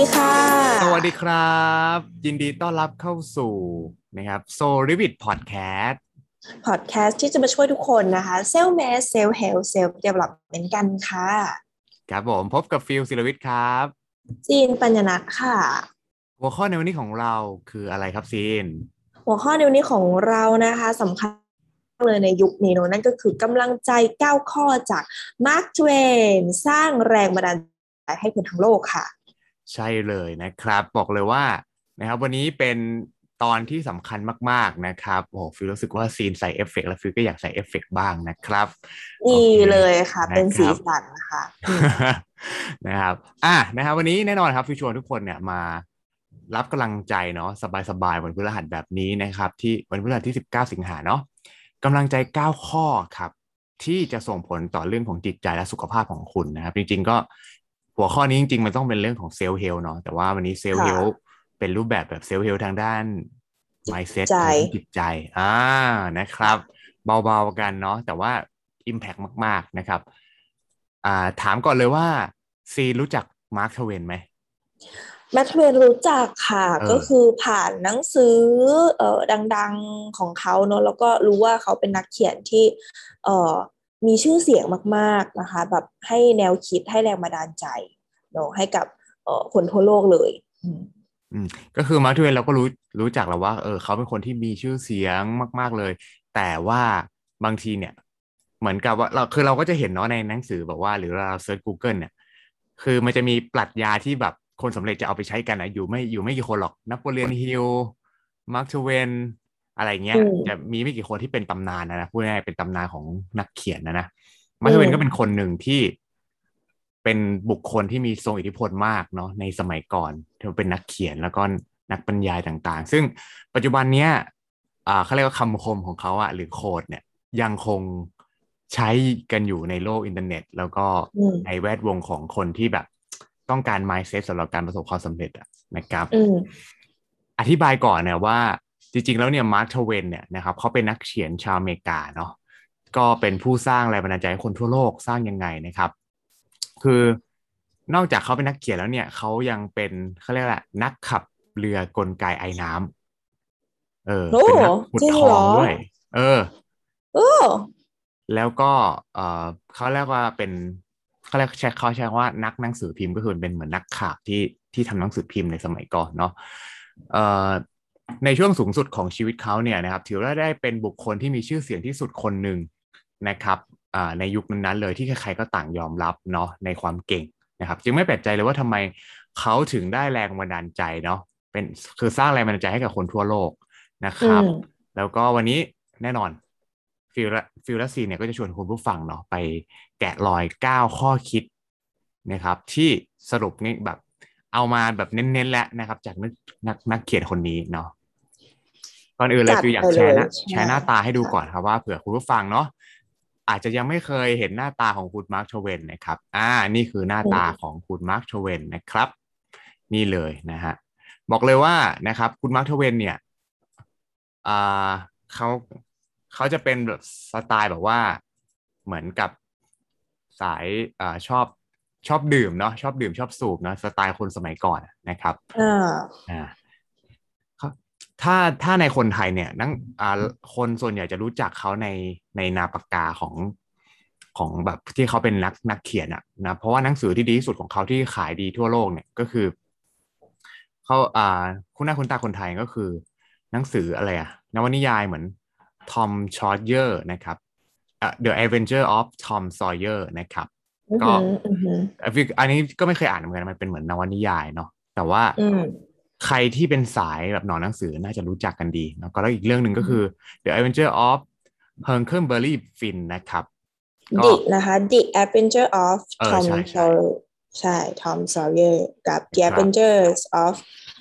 ดีค่ะสวัสดีครับยินดีต้อนรับเข้าสู่นะครับโซลิวิ t พอดแคสต์พอดแคสต์ที่จะมาช่วยทุกคนนะคะเซลล์แมสเซลล์เฮลท์เซลล์เดเวล็อปเมนต์กันค่ะครับผมพบกับฟิลศิลวิทย์ครับซีนปัญญนัทค่ะหัวข้อในวันนี้ของเราคืออะไรครับซีนหัวข้อในวันนี้ของเรานะคะสำคัญเลยในยุคนี้เนอะนั่นก็คือกำลังใจ9ข้อจากมาร์ค ทเวนสร้างแรงบันดาลใจให้คนทั้งโลกค่ะใช่เลยนะครับบอกเลยว่านะครับวันนี้เป็นตอนที่สำคัญมากๆนะครับโอ้ฟิลรู้สึกว่าซีนใส่เอฟเฟกต์แล้วฟิลก็อยากใส่เอฟเฟกต์บ้างนะครับโอดีเคเลยค่ะเป็นสีนะครับสันนะคะนะครับนะครับวันนี้แน่นอนครับฟิวชวนทุกคนเนี่ยมารับกำลังใจเนาะสบายๆวันพฤหัสแบบนี้นะครับที่วันพฤหัสที่19สิงหาเนาะกำลังใจ9ข้อครับที่จะส่งผลต่อเรื่องของจิตใจและสุขภาพของคุณนะครับจริงๆก็หัวข้อนี้จริงๆมันต้องเป็นเรื่องของเซลล์เฮลเนาะแต่ว่าวันนี้เซลล์เฮลค่ะเป็นรูปแบบเซลล์เฮลทางด้าน mindset ใจทางด้านจิตใจนะครับเบาๆกันเนาะแต่ว่า impact มากๆนะครับถามก่อนเลยว่าซีรู้จักมาร์คทเวนไหมแมทเวนรู้จักค่ะเออก็คือผ่านหนังสือดังๆของเขาเนอะแล้วก็รู้ว่าเขาเป็นนักเขียนที่เอ่อมีชื่อเสียงมากๆนะคะแบบให้แนวคิดให้แรงบันดาลใจเนอะให้กับคนทั่วโลกเลยอืมอืมก็คือมาร์คทเวนเราก็รู้จักแล้วว่าเขาเป็นคนที่มีชื่อเสียงมากๆเลยแต่ว่าบางทีเนี่ยเหมือนกับว่าเราก็จะเห็นเนาะในหนังสือแบบว่าหรือเราเซิร์ช Google เนี่ยคือมันจะมีปรัชญาที่แบบคนสำเร็จจะเอาไปใช้กันนะอยู่ไม่กี่คนหรอกนโปเลียนฮิลมาร์คทเวนอะไรเงี้ยอืจะมมีไม่กี่คนที่เป็นตำนานนะพูดง่ายๆเป็นตำนานของนักเขียนนะมาอืร์คทเวนก็เป็นมคนหนึ่งที่เป็นบุคคลที่มีทรงอิทธิพลมากเนาะในสมัยก่อนที่เป็นนักเขียนแล้วก็นักบรรยายต่างๆซึ่งปัจจุบันเนี้ยเขาเรียกว่าคำคมของเขาอะหรือโค้ดเนี่ยยังคงใช้กันอยู่ในโลกอินเทอร์เน็ตแล้วก็อืมในแวดวงของคนที่แบบต้องการ mindset สำหรับการประสบความสำเร็จอะนะครับอืมอธิบายก่อนเนี่ยว่าจริงๆแล้วเนี่ยมาร์คทเวนเนี่ยนะครับเขาเป็นนักเขียนชาวอเมริกาเนาะก็เป็นผู้สร้างแรงบันดาลใจให้คนทั่วโลกสร้างยังไงนะครับคือนอกจากเขาเป็นนักเขียนแล้วเนี่ยเขายังเป็นเขาเรียกแหละนักขับเรือกลไกไอน้ำโอ้เป็นนักขุดทจริงเหรอองด้วยเออโอ้แล้วก็เออเขาเรียกว่าเป็นเขาใช้ว่านักหนังสือพิมพ์ก็คือเป็นเหมือนนักข่าวที่ทำหนังสือพิมพ์ในสมัยก่อนเนาะเอ่อในช่วงสูงสุดของชีวิตเขาเนี่ยนะครับถือว่าได้เป็นบุคคลที่มีชื่อเสียงที่สุดคนหนึ่งนะครับในยุคนั้นๆเลยที่ใครๆก็ต่างยอมรับเนาะในความเก่งนะครับจึงไม่แปลกใจเลยว่าทำไมเขาถึงได้แรงบันดาลใจเนาะเป็นคือสร้างแรงบันดาลใจให้กับคนทั่วโลกนะคอืรับมแล้วก็วันนี้แน่นอน ฟิลและซีเนี่ยก็จะชวนคุณผู้ฟังเนาะไปแกะรอย9 ข้อคิดนะครับที่สรุปนี่แบบเอามาแบบเน้นๆแล้วนะครับจากนักเขียนคนนี้เนาะก่อนอื่นเลยจัดฟิลอไปเลยยากแชร์นะแชใช่ร์หน้าตาให้ดูค่ะก่อนครับว่าเผื่อคุณผู้ฟังเนาะอาจจะยังไม่เคยเห็นหน้าตาของคุณมาร์คทเวนนะครับนี่คือหน้าตาอืมของคุณมาร์คทเวนนะครับนี่เลยนะฮะบอกเลยว่านะครับคุณมาร์คทเวนเนี่ย อ่าเขาเขาจะเป็นแบบสไตล์แบบว่าเหมือนกับสายชอบดื่มเนาะชอบดื่มชอบสูบเนาะสไตล์คนสมัยก่อนนะครับอ่าอ่าเขาถ้าในคนไทยเนี่ยอ่าคนส่วนใหญ่จะรู้จักเขาในนามปากกาของแบบที่เขาเป็นนักเขียนอะนะเพราะว่าหนังสือที่ดีที่สุดของเขาที่ขายดีทั่วโลกเนี่ยก็คือเขาคุณหน้าคุณตาคนไทยก็คือหนังสืออะไรอะนวนิยายเหมือนทอมชอ w เยอร์นะครับThe Adventure of Tom Sawyer นะครับก็อือหืออือหืออันนี้ก็ไม่เคยอ่านเหมือนกันมันเป็นเหมือนนวนิยายเนาะแต่ว่าอืมใครที่เป็นสายแบบหนอนหนังสือน่าจะรู้จักกันดีแล้วก็แล้วอีกเรื่องหนึ่งก็คือ The Adventure of Huckleberry Finn นะครับก็ดินะคะ The Adventure of Tom ใช่ใช่ Sawyer ใช่ Tom Sawyer กับ The ครับ Adventures of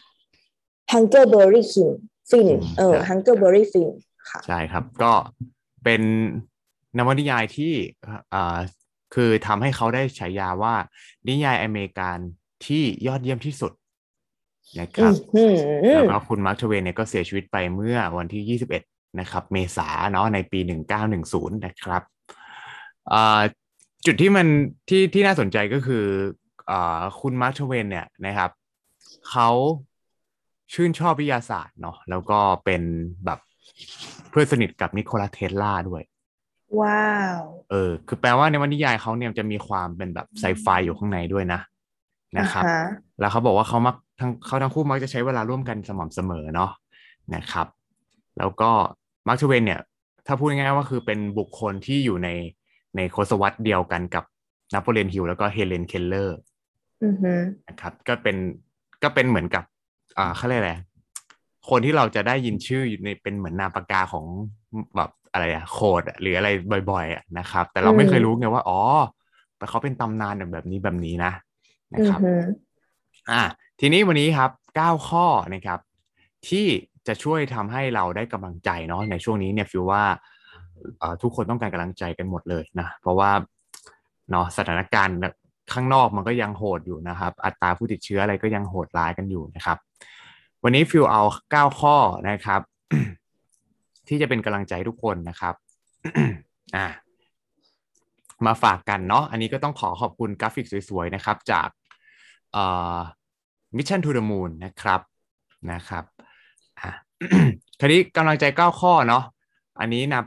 Huckleberry Finn ใช่ Huckleberry Finn ค่ะใช่ครับก็เป็นนวนิยายที่อ่าคือทำให้เขาได้ฉายาว่านิยายอเมริกันที่ยอดเยี่ยมที่สุดนะครับอืมอืมแล้วก็คุณมาร์คทเวนเนี่ยก็เสียชีวิตไปเมื่อวันที่21นะครับเมษาเนาะในปี1910นะครับอ่าจุดที่มันที่น่าสนใจก็คือคุณมาร์คทเวนเนี่ยนะครับเขาชื่นชอบวิทยาศาสตร์เนาะแล้วก็เป็นแบบเพื่อนสนิทกับนิโคลัสเทสลาด้วยว้าวคือแปลว่าในวรรณนิยายเขาเนี่ยจะมีความเป็นแบบไซไฟอยู่ข้างในด้วยนะครับอ่าฮะแล้วเขาบอกว่าเขาทั้งคู่มักจะใช้เวลาร่วมกันสม่ำเสมอเนาะนะครับแล้วก็มาร์คทเวนเนี่ยถ้าพูดง่ายๆว่าคือเป็นบุคคลที่อยู่ในทศวรรษเดียวกันกับนโปเลียนฮิลแล้วก็เฮเลนเคลเลอร์อือฮึนะครับก็เป็นเหมือนกับเขาเรียกอะไรคนที่เราจะได้ยินชื่ออยู่ในเป็นเหมือนนามปากกาของแบบอะไรโค้ดหรืออะไรบ่อยๆนะครับแต่อืเราไม่เคยรู้มไงว่าอ๋อแต่เขาเป็นตำนานแบบนี้นะครับอือฮึอ่าทีนี้วันนี้ครับ9 ข้อนะครับที่จะช่วยทำให้เราได้กำลังใจเนาะในช่วงนี้เนี่ยฟิลว่าทุกคนต้องการกำลังใจกันหมดเลยนะเพราะว่าเนาะสถานการณ์ข้างนอกมันก็ยังโหดอยู่นะครับอัตราผู้ติดเชื้ออะไรก็ยังโหดร้ายกันอยู่นะครับวันนี้ฟิลเอา9 ข้อนะครับที่จะเป็นกำลังใจทุกคนนะครับอ่ามาฝากกันเนาะอันนี้ก็ต้องขอบคุณกราฟิกสวยๆนะครับจากเอ่อ Mission to the Moon นะครับอ่ะ คราวนี้กำลังใจ9 ข้อเนาะอันนี้นะ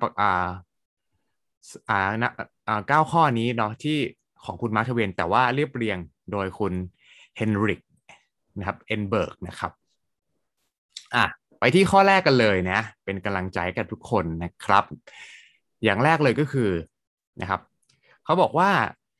นะ9 ข้อนี้เนาะที่ของคุณมาร์ทเวนแต่ว่าเรียบเรียงโดยคุณเฮนริกนะครับเอ็นเบิร์กนะครับอ่ะไปที่ข้อแรกกันเลยนะเป็นกำลังใจกับทุกคนนะครับอย่างแรกเลยก็คือนะครับเขาบอกว่า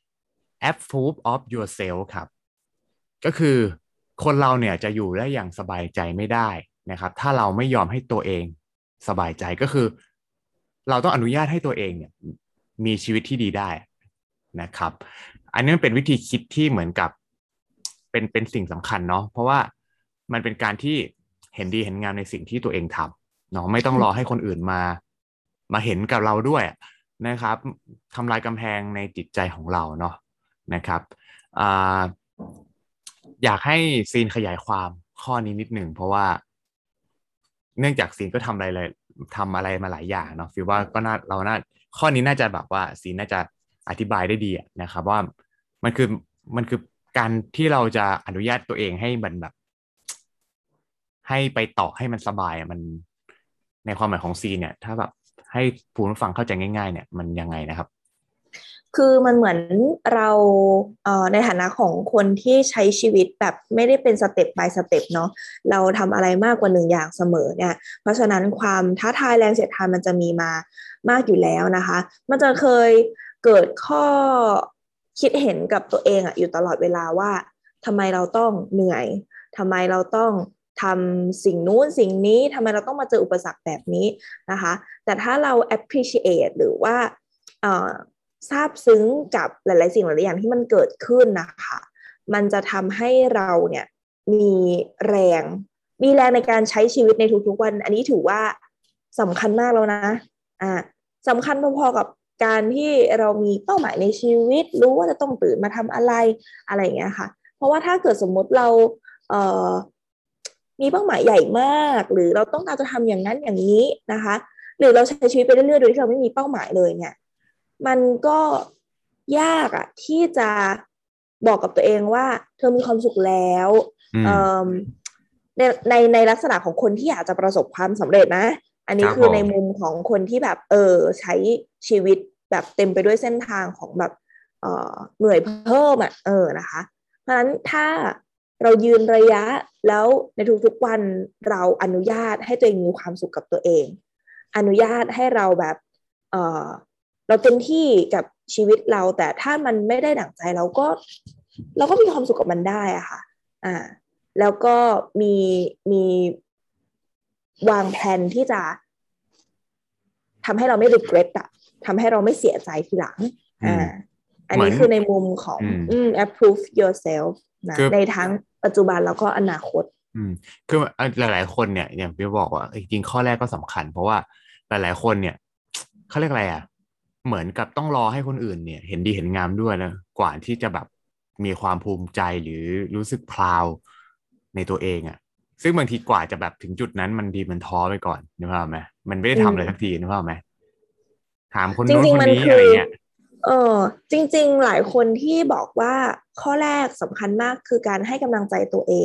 approve of yourself ครับก็คือคนเราเนี่ยจะอยู่ได้อย่างสบายใจไม่ได้นะครับถ้าเราไม่ยอมให้ตัวเองสบายใจก็คือเราต้องอนุญาตให้ตัวเองเนี่ยมีชีวิตที่ดีได้นะครับอันนี้มันเป็นวิธีคิดที่เหมือนกับเป็นสิ่งสำคัญเนาะเพราะว่ามันเป็นการที่เห็นดีเห็นงามในสิ่งที่ตัวเองทำเนาะไม่ต้องรอให้คนอื่นมาเห็นกับเราด้วยนะครับทำลายกำแพงในจิตใจของเราเนาะนะครับอ่าอยากให้ซีนขยายความข้อนี้นิดหนึ่งเพราะว่าเนื่องจากซีนก็ทำอะไรมาหลายอย่างเนาะฟีลว่าก็เราข้อนี้น่าจะแบบว่าซีนน่าจะอธิบายได้ดีนะครับว่ามันคือมันคือการที่เราจะอนุญาตตัวเองให้มันแบบให้ไปต่อให้มันสบายมันในความหมายของซีนเนี่ยถ้าแบบให้ผู้ฟังเข้าใจง่ายๆเนี่ยมันยังไงนะครับคือมันเหมือนเราในฐานะของคนที่ใช้ชีวิตแบบไม่ได้เป็นสเต็ป by สเต็ปเนาะเราทำอะไรมากกว่าหนึ่งอย่างเสมอเนี่ยเพราะฉะนั้นความท้าทายแรงเสียดทานมันจะมีมามากอยู่แล้วนะคะมันจะเคยเกิดข้อคิดเห็นกับตัวเองอะอยู่ตลอดเวลาว่าทำไมเราต้องเหนื่อยทำไมเราต้องทำสิ่งนู้นสิ่งนี้ทำไมเราต้องมาเจออุปสรรคแบบนี้นะคะแต่ถ้าเรา appreciate หรือว่าเอ่อซาบซึ้งกับหลายๆสิ่งหลายๆอย่างที่มันเกิดขึ้นนะคะมันจะทำให้เราเนี่ยมีแรงมีแรงในการใช้ชีวิตในทุกๆวันอันนี้ถือว่าสำคัญมากแล้วนะอ่าสำคัญพอๆกับการที่เรามีเป้าหมายในชีวิตรู้ว่าจะต้องตื่นมาทำอะไรอะไรอย่างเงี้ยค่ะเพราะว่าถ้าเกิดสมมติเราเอ่อมีเป้าหมายใหญ่มากหรือเราต้องการจะทำอย่างนั้นอย่างนี้นะคะหรือเราใช้ชีวิตไปเรื่อยๆโดยที่เราไม่มีเป้าหมายเลยเนี่ยมันก็ยากอะที่จะบอกกับตัวเองว่าเธอมีความสุขแล้วอืมในลักษณะของคนที่อยากจะประสบความสำเร็จนะอันนี้คือในครับผมมุมของคนที่แบบใช้ชีวิตแบบเต็มไปด้วยเส้นทางของแบบเหนื่อยเพิ่มอ่ะนะคะเพราะฉะนั้นถ้าเรายืนระยะแล้วในทุกๆวันเราอนุญาตให้ตัวเองมีความสุขกับตัวเองอนุญาตให้เราแบบเออเราเต็มที่กับชีวิตเราแต่ถ้ามันไม่ได้ดั่งใจเราก็มีความสุขกับมันได้อะค่ะอ่าแล้วก็มีมีวางแผนที่จะทำให้เราไม่ regret อะทำให้เราไม่เสียใจทีหลังอืมอ่าอันเหมือนนี้คือในมุมของอืม approve yourself นะคือในทั้งปัจจุบันแล้วก็อนาคตอืมคือหลายๆคนเนี่ยอย่างพี่บอกว่าจริงๆข้อแรกก็สำคัญเพราะว่าหลายๆคนเนี่ยเขาเรียกอะไรอ่ะเหมือนกับต้องรอให้คนอื่นเนี่ยเห็นดีเห็นงามด้วยแล้วกว่าที่จะแบบมีความภูมิใจหรือรู้สึกพราวในตัวเองอ่ะซึ่งบางทีกว่าจะแบบถึงจุดนั้นมันดีมันท้อไปก่อนนึกภาพไหมมันไม่ได้อืทำอะไรสักทีมนึกภาพไหมถามคนจริงนู้นคนนี้ๆมันคืออะไรเงี้ยเออจริงๆหลายคนที่บอกว่าข้อแรกสำคัญมากคือการให้กำลังใจตัวเอง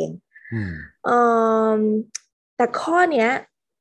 อืมเอ่อแต่ข้อเนี้ย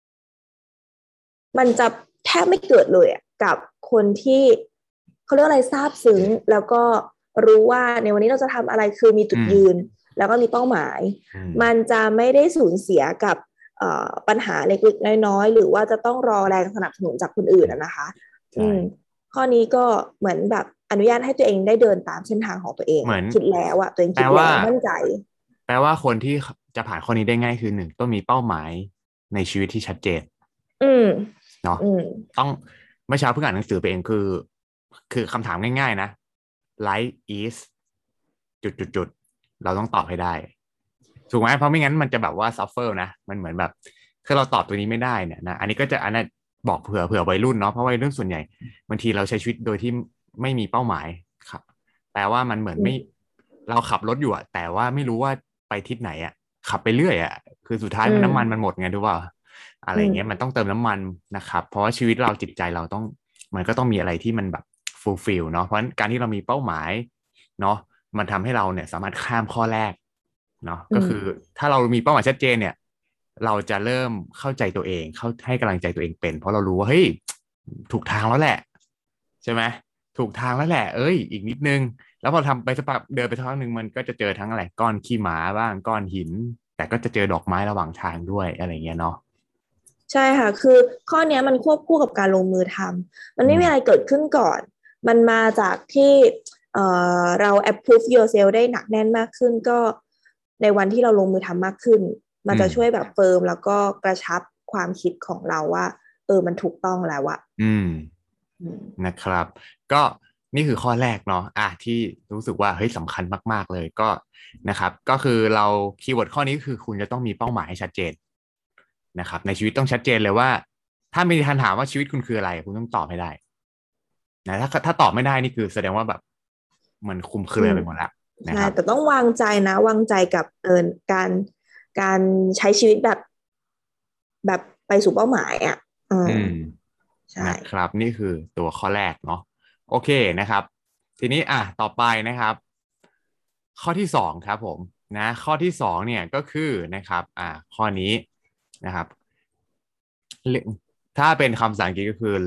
มันจะแทบไม่เกิดเลยอะกับคนที่เขาเรียกอะไรซาบซึ้งแล้วก็รู้ว่าในวันนี้เราจะทำอะไรคือมีจุอืมดยืนแล้วก็มีเป้าหมายอืมมันจะไม่ได้สูญเสียกับปัญหาเล็กๆน้อยๆหรือว่าจะต้องรอแรงสนับสนุนจากคนอื่นอะนะคะใช่ข้อนี้ก็เหมือนแบบอนุญาตให้ตัวเองได้เดินตามเส้นทางของตัวเองเหมือนคิดแล้วอะตัวเองแปลว่าคิดแล้วมั่นใจแปลว่าคนที่จะผ่านข้อนี้ได้ง่ายคือหนึ่งต้องมีเป้าหมายในชีวิตที่ชัดเจนอืมเนาะอืมต้องเมื่อเช้าเพิ่งอ่านหนังสือไปเองคือคำถามง่ายๆนะ life is จุดเราต้องตอบให้ได้ถูกไหมเพราะไม่งั้นมันจะแบบว่า suffer นะมันเหมือนแบบถ้าเราตอบตัวนี้ไม่ได้เนี่ยนะอันนี้ก็จะอันนั้นบอกเผื่อวัยรุ่นเนาะเพราะวัยรุ่นส่วนใหญ่บางทีเราใช้ชีวิตโดยที่ไม่มีเป้าหมายครับแปลว่ามันเหมือนไม่อืมเราขับรถอยู่อะแต่ว่าไม่รู้ว่าไปทิศไหนอะขับไปเรื่อยอะคือสุดท้ายอืมมันน้ำมันมันหมดไงรู้เปล่าอะไรอืมเงี้ยมันต้องเติมน้ำมันนะครับเพราะว่าชีวิตเราจิตใจเราต้องมันก็ต้องมีอะไรที่มันแบบฟูลฟิลเนาะเพราะฉะนั้นการที่เรามีเป้าหมายเนาะมันทำให้เราเนี่ยสามารถข้ามข้อแรกเนาะอืมก็คือถ้าเรามีเป้าหมายชัดเจนเนี่ยเราจะเริ่มเข้าใจตัวเองเข้าให้กำลังใจตัวเองเป็นเพราะเรารู้ว่าเฮ้ยถูกทางแล้วแหละใช่ไหมถูกทางแล้วแหละเอ้ยอีกนิดนึงแล้วพอทำไปสักพักเดินไปสักพักหนึ่งมันก็จะเจอทั้งอะไรก้อนขี้หมาบ้างก้อนหินแต่ก็จะเจอดอกไม้ระหว่างทางด้วยอะไรเงี้ยเนาะใช่ค่ะคือข้อเนี้ยมันควบคู่กับการลงมือทำมันอืมไม่มีอะไรเกิดขึ้นก่อนมันมาจากที่เรา approve yourself ได้หนักแน่นมากขึ้นก็ในวันที่เราลงมือทำมากขึ้นมันอืมจะช่วยแบบเฟิร์มแล้วก็กระชับความคิดของเราว่ามันถูกต้องแล้วอะอืมอืมนะครับก็นี่คือข้อแรกเนาะที่รู้สึกว่าเฮ้ยสำคัญมากๆเลยก็นะครับก็คือเราคีย์เวิร์ดข้อนี้คือคุณจะต้องมีเป้าหมายให้ชัดเจนนะครับในชีวิตต้องชัดเจนเลยว่าถ้ามีคำถามว่าชีวิตคุณคืออะไรคุณต้องตอบให้ได้นะถ้าตอบไม่ได้นี่คือแสดงว่าแบบเหมือนคลุมเครืออืมไปหมดแล้วนะใช่ครับแต่ต้องวางใจนะวางใจกับการการใช้ชีวิตแบบไปสู่เป้าหมายอ่ะอืมใช่นะครับนี่คือตัวข้อแรกเนาะโอเคนะครับทีนี้ต่อไปนะครับ ข้อที่สองครับผมนะข้อที่สองเนี่ยก็คือนะครับข้อนี้นะครับเรื่องถ้าเป็นคำภาษาอังกฤษก็คือ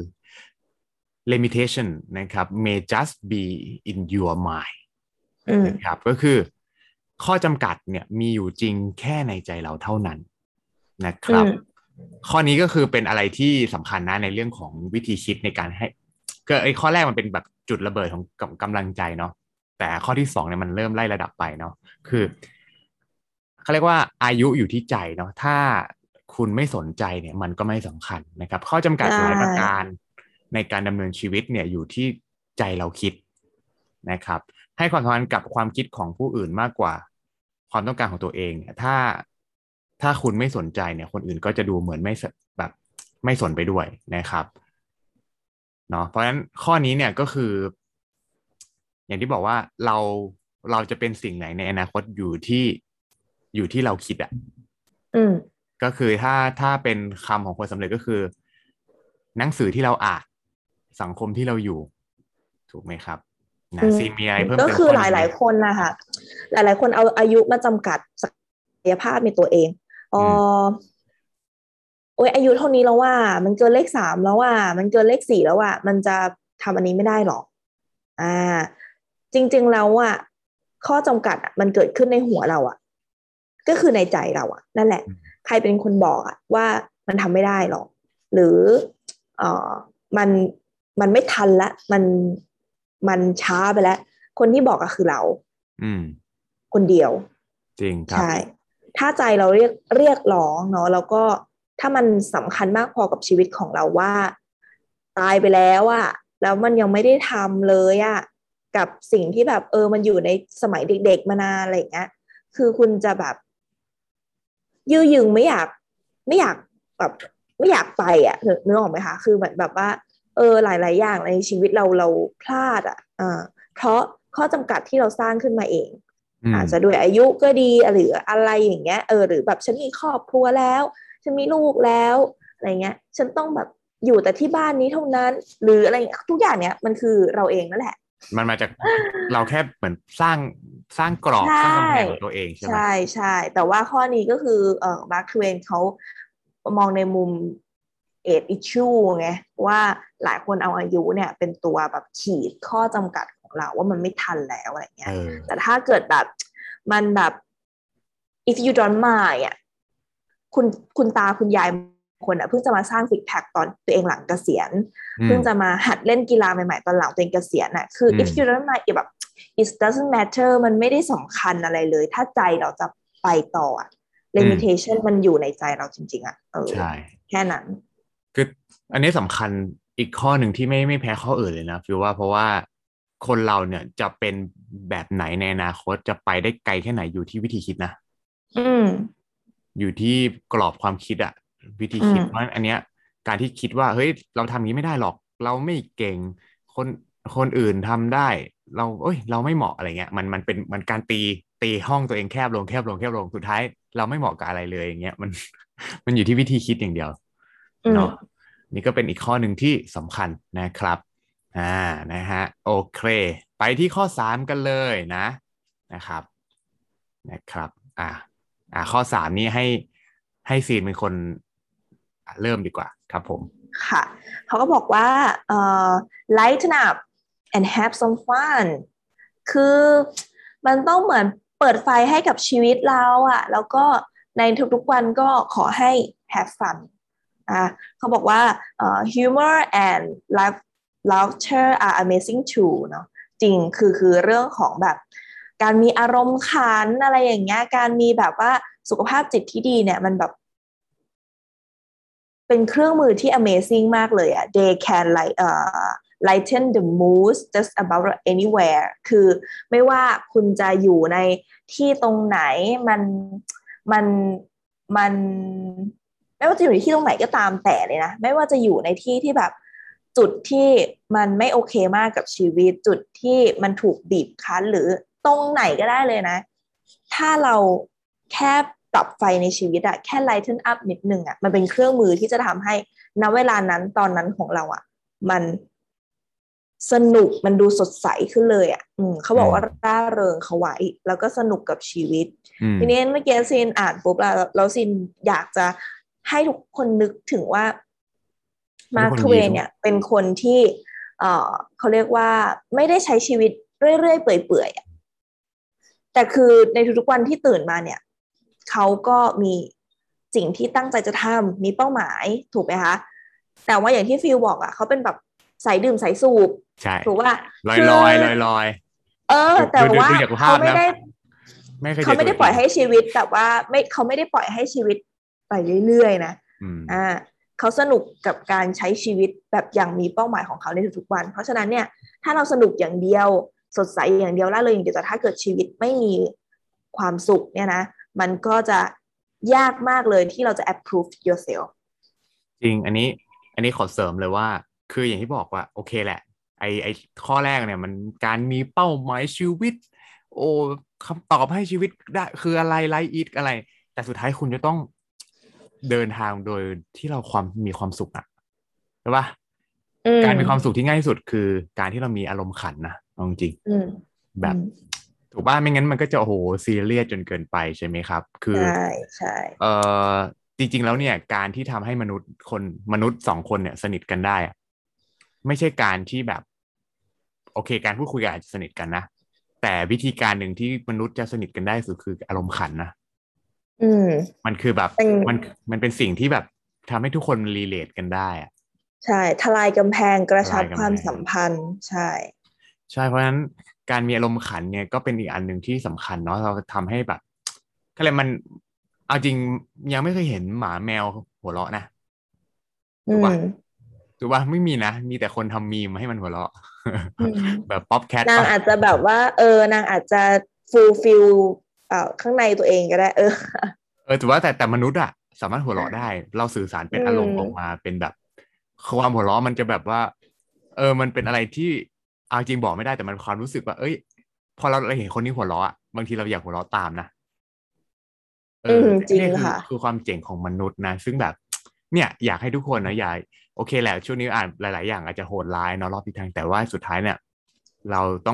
limitation นะครับ may just be in your mind อืมนะครับก็คือข้อจำกัดเนี่ยมีอยู่จริงแค่ในใจเราเท่านั้นนะครับอืมข้อนี้ก็คือเป็นอะไรที่สำคัญนะในเรื่องของวิธีคิดในการให้ก็ไอ้ข้อแรกมันเป็นแบบจุดระเบิดของกำลังใจเนาะแต่ข้อที่สองเนี่ยมันเริ่มไล่ระดับไปเนาะคือเขาเรียกว่าอายุอยู่ที่ใจเนาะถ้าคุณไม่สนใจเนี่ยมันก็ไม่สำคัญนะครับข้อจำกัใชดหลายประกา่รในการดำเนินชีวิตเนี่ยอยู่ที่ใจเราคิดนะครับให้ความสำคัญกับความคิดของผู้อื่นมากกว่าความต้องการของตัวเองเนี่ยถ้าคุณไม่สนใจเนี่ยคนอื่นก็จะดูเหมือนไม่แบบไม่สนไปด้วยนะครับเนาะเพราะฉะนั้นข้อนี้เนี่ยก็คืออย่างที่บอกว่าเราจะเป็นสิ่งไหนในอนาคตอยู่ที่เราคิดอ่ะอืมก็คือถ้าเป็นคำของคนสำเร็จก็คือหนังสือที่เราอ่านสังคมที่เราอยู่ถูกไหมครับอืมซีมีอะไรเพิ่มก็เติมข้อนี้ไหมคือหลายๆคนนะคะหลายๆคนเอาอายุมาจำกัดศักยภาพในตัวเองอ๋ออืมโอ้ยอายุเท่านี้แล้วว่ามันเกินเลข 3แล้วว่ามันเกินเลข 4แล้วว่ามันจะทำอันนี้ไม่ได้หรอกอ่าจริงๆแล้วอ่ะข้อจำกัดอะมันเกิดขึ้นในหัวเราอ่ะก็คือในใจเราอ่ะนั่นแหละใครเป็นคนบอกอ่ะว่ามันทำไม่ได้หรอกหรือเออมันมันไม่ทันละมันช้าไปแล้วคนที่บอกก็คือเราอืมคนเดียวจริงครับใช่ถ้าใจเราเรียกร้องเนาะแล้วก็ถ้ามันสำคัญมากพอกับชีวิตของเราว่าตายไปแล้วอะแล้วมันยังไม่ได้ทำเลยอะกับสิ่งที่แบบมันอยู่ในสมัยเด็กๆมานานอะไรอย่างเงี้ยคือคุณจะแบบยื้อยึงไม่อยากแบบไม่อยากไปอ่ะนึกออกไหมคะคือเหมือนแบบว่าหลายๆอย่างในชีวิตเราพลาดอ่ะเพราะข้อจำกัดที่เราสร้างขึ้นมาเองอืมอาจจะด้วยอายุก็ดีหรืออะไรอย่างเงี้ยหรือแบบฉันมีครอบครัวแล้วฉันมีลูกแล้วอะไรเงี้ยฉันต้องแบบอยู่แต่ที่บ้านนี้เท่านั้นหรืออะไรทุกอย่างเนี้ยมันคือเราเองนั่นแหละมันมาจากเราแค่เหมือนสร้างกรอบใช่สร้างกำแพงของตัวเองใช่ไหมใช่ใช่แต่ว่าข้อนี้ก็คือมาร์คทเวนเขามองในมุมเอจอิชชูไงว่าหลายคนเอาอายุเนี่ยเป็นตัวแบบขีดข้อจำกัดของเราว่ามันไม่ทันแล้วอะไรเงี้เอยอแต่ถ้าเกิดแบบมันแบบ if you don't mind อ่ะคุณคุณตาคุณยายคนอ่ะเพิ่งจะมาสร้างซิกแพคตอนตัวเองหลังเกษียณอืมเพิ่งจะมาหัดเล่นกีฬาใหม่ๆตอนหลังตัวเองเกษียณอ่ะคืออื if ม you don't mind แบบ it doesn't matter มันไม่ได้สำคัญอะไรเลยถ้าใจเราจะไปต่ออ่ะอืม limitation มันอยู่ในใจเราจริงๆอ่ะใช่แค่นั้นคืออันนี้สำคัญอีกข้อหนึ่งที่ไม่แพ้ข้ออื่นเลยนะฟิวว่าเพราะว่าคนเราเนี่ยจะเป็นแบบไหนในอนาคตจะไปได้ไกลแค่ไหนอยู่ที่วิธีคิดนะอืมอยู่ที่กรอบความคิดอะวิธีอืมคิดเพราะฉะนั้นอันเนี้ยการที่คิดว่าเฮ้ยเราทำอย่างนี้ไม่ได้หรอกเราไม่เก่งคนคนอื่นทำได้เราไม่เหมาะอะไรเงี้ยมันเป็นมันการตีห้องตัวเองแคบลงสุดท้ายเราไม่เหมาะกับอะไรเลยอย่างเงี้ยมันมันอยู่ที่วิธีคิดอย่างเดียวอืมเนาะ นี่ก็เป็นอีกข้อหนึ่งที่สำคัญนะครับนะฮะโอเคไปที่ข้อ3กันเลยนะครับนะครับอ่าข้อ3นี้ให้ซีนเป็นคนเริ่มดีกว่าครับผมค่ะเขาก็บอกว่าlighten up and have some fun คือมันต้องเหมือนเปิดไฟให้กับชีวิตเราอะแล้วก็ในทุกๆวันก็ขอให้ have fun อ่ะเขาบอกว่าhumor and laughter are amazing too เนาะจริงคือเรื่องของแบบการมีอารมณ์ขันอะไรอย่างเงี้ยการมีแบบว่าสุขภาพจิตที่ดีเนี่ยมันแบบเป็นเครื่องมือที่ amazing มากเลยอ่ะ they can like lighten the mood just about anywhere คือไม่ว่าคุณจะอยู่ในที่ตรงไหนมันมันมันไม่ว่าจะอยู่ในที่ตรงไหนก็ตามแต่เลยนะไม่ว่าจะอยู่ในที่ที่แบบจุดที่มันไม่โอเคมากกับชีวิตจุดที่มันถูกบีบคั้นหรือตรงไหนก็ได้เลยนะถ้าเราแค่ปรับไฟในชีวิตอะแค่ lighten up นิดนึงอะมันเป็นเครื่องมือที่จะทำให้ณเวลานั้นตอนนั้นของเราอะมันสนุกมันดูสดใสขึ้นเลยอ่ะเขาอืมบอกว่าร่าเริงเขาไว้แล้วก็สนุกกับชีวิตอืมทีนี้เมื่อกี้ซินอ่านปุ๊บแล้วซินอยากจะให้ทุกคนนึกถึงว่าทุมาร์คทเวกคนยิ้มนเนี่ยเป็นคนที่เขาเรียกว่าไม่ได้ใช้ชีวิตเรื่อยๆเปื่อยๆแต่คือในทุกๆวันที่ตื่นมาเนี่ยเขาก็มีสิ่งที่ตั้งใจจะทำมีเป้าหมายถูกไหมคะแต่ว่าอย่างที่ฟิลบอกอ่ะเขาเป็นแบบสายดื่มสายสูบใช่ถูกว่าลอยคือลอยลอยลอยเออดูแต่ว่าดูดูจากภาพนะเขาไม่ได้ไม่เคยเจเขาไม่ได้ปล่อยอตัวจริงให้ชีวิตแบบว่าไม่เขาไม่ได้ปล่อยให้ชีวิตไปเรื่อยๆนะอืมเขาสนุกกับการใช้ชีวิตแบบอย่างมีเป้าหมายของเขาในทุกๆวันเพราะฉะนั้นเนี่ยถ้าเราสนุกอย่างเดียวสดใสอย่างเดียวล่าเริงอย่างเดียวแต่ถ้าเกิดชีวิตไม่มีความสุขเนี่ยนะมันก็จะยากมากเลยที่เราจะ approve yourself จริงอันนี้ขอเสริมเลยว่าคืออย่างที่บอกว่าโอเคแหละไอข้อแรกเนี่ยมันการมีเป้าหมายชีวิตโอ้คำตอบให้ชีวิตได้คืออะไรไลฟ์อีทอะไรแต่สุดท้ายคุณจะต้องเดินทางโดยที่เรามีความสุขอะใช่ปะอืการมีความสุมขที่ง่ายที่สุดคือการที่เรามีอารมณ์ขันนะเอาจริงอืมๆแบบอืมถูกป่ะไม่งั้นมันก็จะโอ้โหซีเรียสจนเกินไปใช่ไหมครับคือใช่ใช่เอ่อจริงๆแล้วเนี่ยการที่ทำให้มนุษย์2 คนเนี่ยสนิทกันได้อะไม่ใช่การที่แบบโอเคการพูดคุยกันอาจจะสนิทกันนะแต่วิธีการหนึ่งที่มนุษย์จะสนิทกันได้สุดคืออารมณ์ขันนะอืมมันคือแบบเป็นมันมันเป็นสิ่งที่แบบทำให้ทุกคนรีเลทกันได้อะใช่ทลายกำแพงกระละชับคลายกำแพงวามสัมพันธ์ใช่ใช่เพราะฉะนั้นการมีอารมณ์ขันเนี่ยก็เป็นอีกอันหนึ่งที่สำคัญเนาะเราทำให้แบบก็เลยมันเอาจริงยังไม่เคยเห็นหมาแมวหัวเราะนะอืถูกปะมถูกปะไม่มีนะมีแต่คนทำมีมให้มันหัวเราะอืมแบบป๊อปแคทปะนางอาจจะแบบว่านางอาจจะฟูลฟิลข้างในตัวเองก็ได้ถือว่าแต่มนุษย์อะสามารถหัวเราะได้เราสื่อสารอืเป็นอารมณ์ออกมามเป็นแบบความหัวเราะมันจะแบบว่ามันเป็นอะไรที่เอาจริงบอกไม่ได้แต่มันความรู้สึกว่าเอ้ยพอเราเห็นคนนี้หัวเราะอะบางทีเราอยากหัวเราะตามนะอืมจริงนี่คือค่ะคือความเจ๋งของมนุษย์นะซึ่งแบบเนี่ยอยากให้ทุกคนนะอย่าโอเคแหละช่วงนี้อ่านหลายๆอย่างอาจจะโหดร้ายเนาะรอบทิศทางแต่ว่าสุดท้ายเนี่ยเราต้อง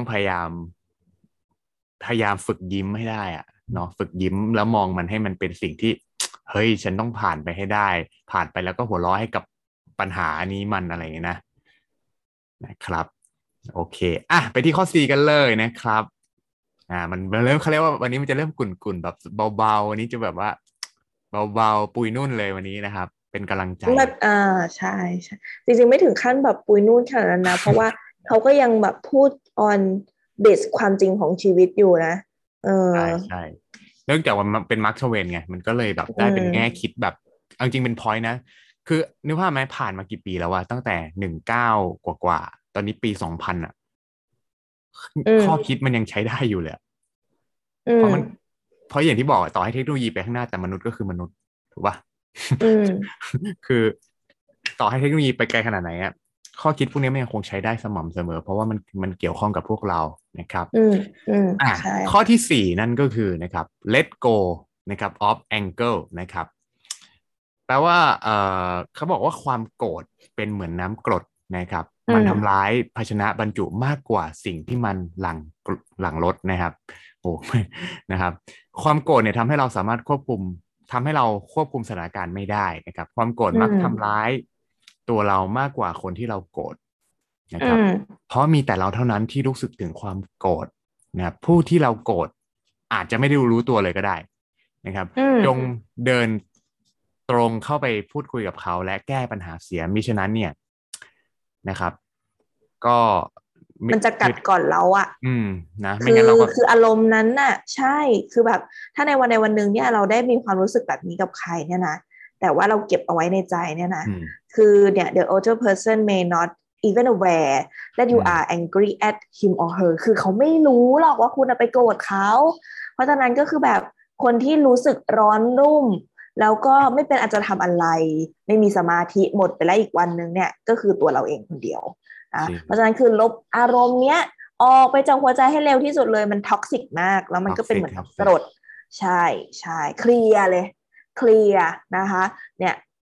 พยายามฝึกยิ้มให้ได้อะเนาะฝึกยิ้มแล้วมองมันให้มันเป็นสิ่งที่เฮ้ยฉันต้องผ่านไปให้ได้ผ่านไปแล้วก็หัวเราะให้กับปัญหานี้มันอะไรอย่างเงี้ยนะครับโอเคอ่ะไปที่ข้อ C กันเลยนะครับมันเริ่มเขาเรียกว่าวันนี้มันจะเริ่มกุ่นๆแบบเบาๆวันนี้จะแบบว่าเบาๆปุยนุ่นเลยวันนี้นะครับเป็นกำลังใจแบบใช่ใช่จริงๆไม่ถึงขั้นแบบปุยนุ่นขนาดนั้นนะเพราะว่าเขาก็ยังแบบพูด on base ความจริงของชีวิตอยู่นะเออใช่ใช่เนื่องจากว่ามันเป็นมาร์คทเวนไงมันก็เลยแบบอืได้เป็นแง่มคิดแบบเอาจริงเป็นพอยต์นะคือนึกภาพไหมผ่านมากี่ปีแล้ววะตั้งแต่19กว่าตอนนี้ปี2000อ่ะอืข้อมคิดมันยังใช้ได้อยู่เลยอะอืมเพราะมันเพราะอย่างที่บอกต่อให้เทคโนโลยีไปข้างหน้าแต่มนุษย์ก็คือมนุษย์ถูกป่ะอืมคือต่อให้เทคโนโลยีไปไกลขนาดไหนอ่ะข้อคิดพวกนี้มันยังคงใช้ได้สม่ำเสมอเพราะว่ามันเกี่ยวข้องกับพวกเรานะครับอืมอืมใช่ข้อที่สี่นั่นก็คือนะครับ let go นะครับ of anger นะครับแปลว่าเขาบอกว่าความโกรธเป็นเหมือนน้ำกรดนะครับอืมมันทำร้ายภาชนะบรรจุมากกว่าสิ่งที่มันหลั่งลดนะครับโอ้นะครับความโกรธเนี่ยทำให้เราสามารถทำให้เราควบคุมสถานการณ์ไม่ได้นะครับความโกรธอืมักทำมร้ายตัวเรามากกว่าคนที่เราโกรธนะอืครับมเพราะมีแต่เราเท่านั้นที่รู้สึกถึงความโกรธนะครับผู้ที่เราโกรธอาจจะไม่ได้รู้ตัวเลยก็ได้นะครับอืมจงเดินตรงเข้าไปพูดคุยกับเขาและแก้ปัญหาเสียมิฉะนั้นเนี่ยนะครับก็ไม่มันจะกัคือดก่อนเราอะอืมนะไม่คืองั้นเราก็คืออารมณ์นั้นน่ะใช่คือแบบถ้าในวันใดวันหนึ่งเนี่ยเราได้มีความรู้สึกแบบนี้กับใครเนี่ยนะแต่ว่าเราเก็บเอาไว้ในใจเนี่ยนะอืมคือเนี่ย the other person may not even aware that อื you ม are angry at him or her คือเขาไม่รู้หรอกว่าคุณไปโกรธเขาเพราะฉะนั้นก็คือแบบคนที่รู้สึกร้อนรุ่มแล้วก็ไม่เป็นอาจจะทำอะไรไม่มีสมาธิหมดไปแล้วอีกวันนึงเนี่ยก็คือตัวเราเองคนเดียวจริงเพราะฉะนั้นคือลบอารมณ์เนี้ยออกไปจากหัวใจให้เร็วที่สุดเลยมันท็อกซิกมากแล้วมันก็เป็นเหมือนท็อกซิกน้ำกรดใช่ใช่เคลียร์เลยเคลียร์นะคะเนี่ย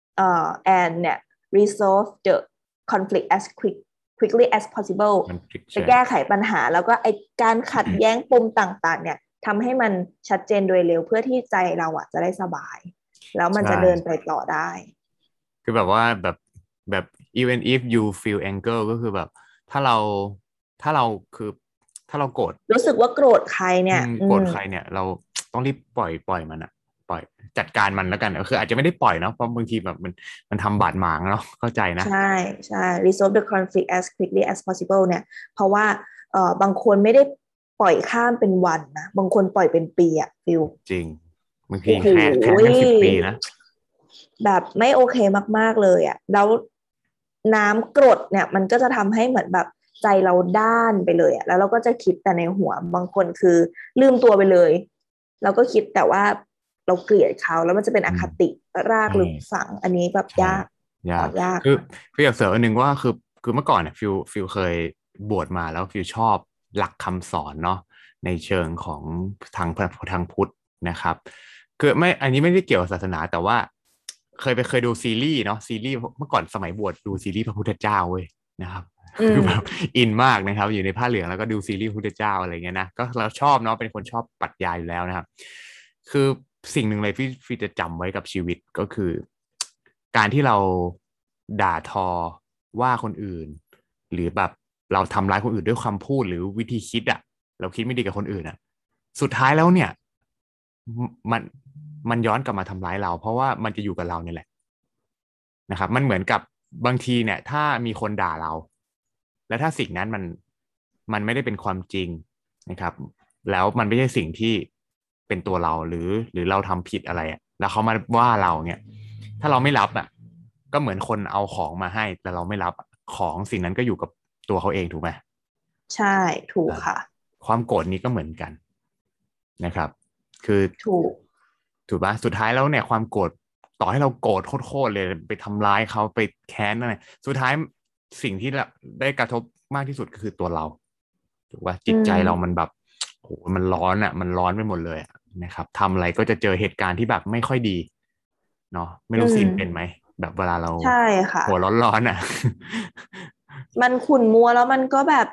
and เนี่ย resolve the conflict as quickly as possible มันพลิกไปใช่แก้ไขปัญหาแล้วก็ไอการขัดแย้งปมต่างๆเนี่ยทำให้มันชัดเจนโดยเร็วเพื่อที่ใจเราอ่ะจะได้สบายแล้วมันใช่จะเดินไปต่อได้คือแบบว่าแบบ even if you feel anger ก็คือแบบถ้าเราถ้าเราคือถ้าเราโกรธรู้สึกว่าโกรธใครเนี่ยโกรธใครเนี่ยเราต้องรีบปล่อยมันอะปล่อยจัดการมันแล้วกันคืออาจจะไม่ได้ปล่อยเนาะเพราะบางทีแบบมันทำบาดหมางเนาะเข้าใจนะใช่ใช่ resolve the conflict as quickly as possible เนี่ยเพราะว่าบางคนไม่ได้ปล่อยข้ามเป็นวันนะบางคนปล่อยเป็นปีอะฟิลจริงบางทีโอ้โหแค้นกัน10 ปีนะแบบไม่โอเคมากๆเลยอะแล้วน้ำกรดเนี่ยมันก็จะทำให้เหมือนแบบใจเราด้านไปเลยอะแล้วเราก็จะคิดแต่ในหัวบางคนคือลืมตัวไปเลยเราก็คิดแต่ว่าเราเกลียดเขาแล้วมันจะเป็นออืมคติรากใช่ลึกฝังอันนี้แบบใช่ยากยากสอนยากคืออยากเสริมอันหนึ่งว่าคือเมื่อก่อนเนี่ยฟิลเคยบวชมาแล้วฟิลชอบหลักคำสอนเนาะในเชิงของทางพุทธนะครับคือไม่อันนี้ไม่ได้เกี่ยวกับศาสนาแต่ว่าเคยดูซีรีส์เนาะซีรีส์เมื่อก่อนสมัยบวชดูซีรีส์พระพุทธเจ้าเว้ยนะครับอืคือแบบมอินมากนะครับอยู่ในผ้าเหลืองแล้วก็ดูซีรีส์พระพุทธเจ้าอะไรเงี้ยนะก็เราชอบเนาะเป็นคนชอบปรัชญาอยู่แล้วนะครับคือสิ่งหนึ่งเลยที่จะจำไว้กับชีวิตก็คือการที่เราด่าทอว่าคนอื่นหรือแบบเราทำร้ายคนอื่นด้วยคำพูดหรือวิธีคิดอะเราคิดไม่ดีกับคนอื่นอะสุดท้ายแล้วเนี่ยมันมันย้อนกลับมาทำร้ายเราเพราะว่ามันจะอยู่กับเราเนี่ยแหละนะครับมันเหมือนกับบางทีเนี่ยถ้ามีคนด่าเรา แล้วถ้าสิ่งนั้นมันไม่ได้เป็นความจริงนะครับแล้วมันไม่ใช่สิ่งที่เป็นตัวเราหรือเราทำผิดอะไรอะแล้วเขามาว่าเราเนี่ยถ้าเราไม่รับอ่ะก็เหมือนคนเอาของมาให้แต่เราไม่รับของสิ่งนั้นก็อยู่กับตัวเขาเองถูกไหมใช่ถูกอ่าค่ะความโกรธนี้ก็เหมือนกันนะครับคือถูกถูกปะสุดท้ายแล้วเนี่ยความโกรธต่อให้เราโกรธโคตรเลยไปทำร้ายเขาไปแค้นอะไรสุดท้ายสิ่งที่ได้กระทบมากที่สุดก็คือตัวเราถูกปะอืจิตใจเรามันมแบบโหมันร้อนอ่ะมันร้อนไปหมดเลยอะนะครับทำอะไรก็จะเจอเหตุการณ์ที่แบบไม่ค่อยดีเนาะไม่อืรู้สินเป็นไหมมแบบเวลาเราใช่ค่ะหัวร้อนๆอ่ะมันขุ่นมัวแล้วมันก็แบบ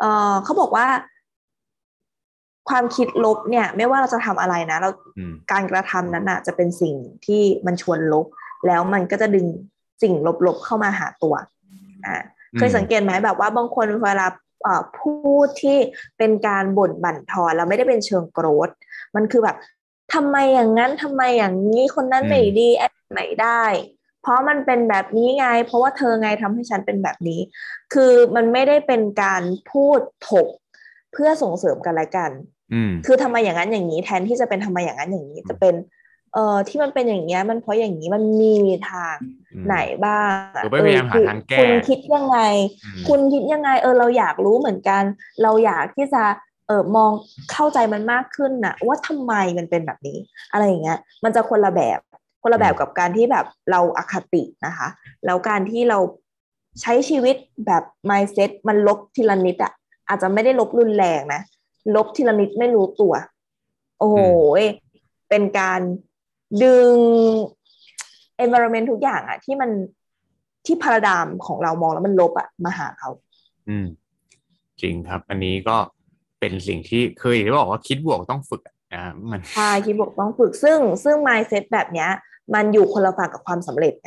เขาบอกว่าความคิดลบเนี่ยไม่ว่าเราจะทำอะไรนะเราการกระทำนั้นน่ะจะเป็นสิ่งที่มันชวนลบแล้วมันก็จะดึงสิ่งลบๆเข้ามาหาตัวเคยสังเกตไหมแบบว่าบางคนเวลาพูดที่เป็นการบ่นบั่นทอนแล้วไม่ได้เป็นเชิงโกรธมันคือแบบทำไมอย่างนั้นทำไมอย่างนี้คนนั้นไม่ดีแอดไม่ได้เพราะมันเป็นแบบนี้ไงเพราะว่าเธอไงทำให้ฉันเป็นแบบนี้คือมันไม่ได้เป็นการพูดถกเพื่อส่งเสริมกันและกันคือทำไมอย่างนั้นอย่างนี้แทนที่จะเป็นทำไมอย่างนั้นอย่างนี้จะเป็นที่มันเป็นอย่างเงี้ยมันเพราะอย่างนี้มันมีทางไหนบ้างพยายามหาทางแก้คุณคิดยังไงคุณคิดยังไงเราอยากรู้เหมือนกันเราอยากที่จะมองเข้าใจมันมากขึ้นนะว่าทำไมมันเป็นแบบนี้อะไรอย่างเงี้ยมันจะคนละแบบกับการที่แบบเราอคตินะคะแล้วการที่เราใช้ชีวิตแบบ mindset มันลบทีละนิดอาจจะไม่ได้ลบรุนแรงนะลบทีละนิดไม่รู้ตัวโอ้โหเป็นการดึง environment ทุกอย่างที่มันที่พาราดามของเรามองแล้วมันลบมาหาเขาจริงครับอันนี้ก็เป็นสิ่งที่เคยบอกว่าคิดบวกต้องฝึกมันใช่คิดบวกต้องฝึกซึ่ง mindset แบบเนี้ยมันอยู่คนละฝั่งกับความสำเร็จไง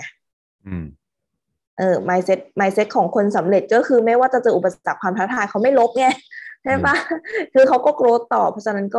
mindset ของคนสำเร็จก็คือไม่ว่าจะเจออุปสรรคความท้าทายเขาไม่ลบไงใช่ปะคือเขาก็โกรธต่อเพราะฉะนั้นก็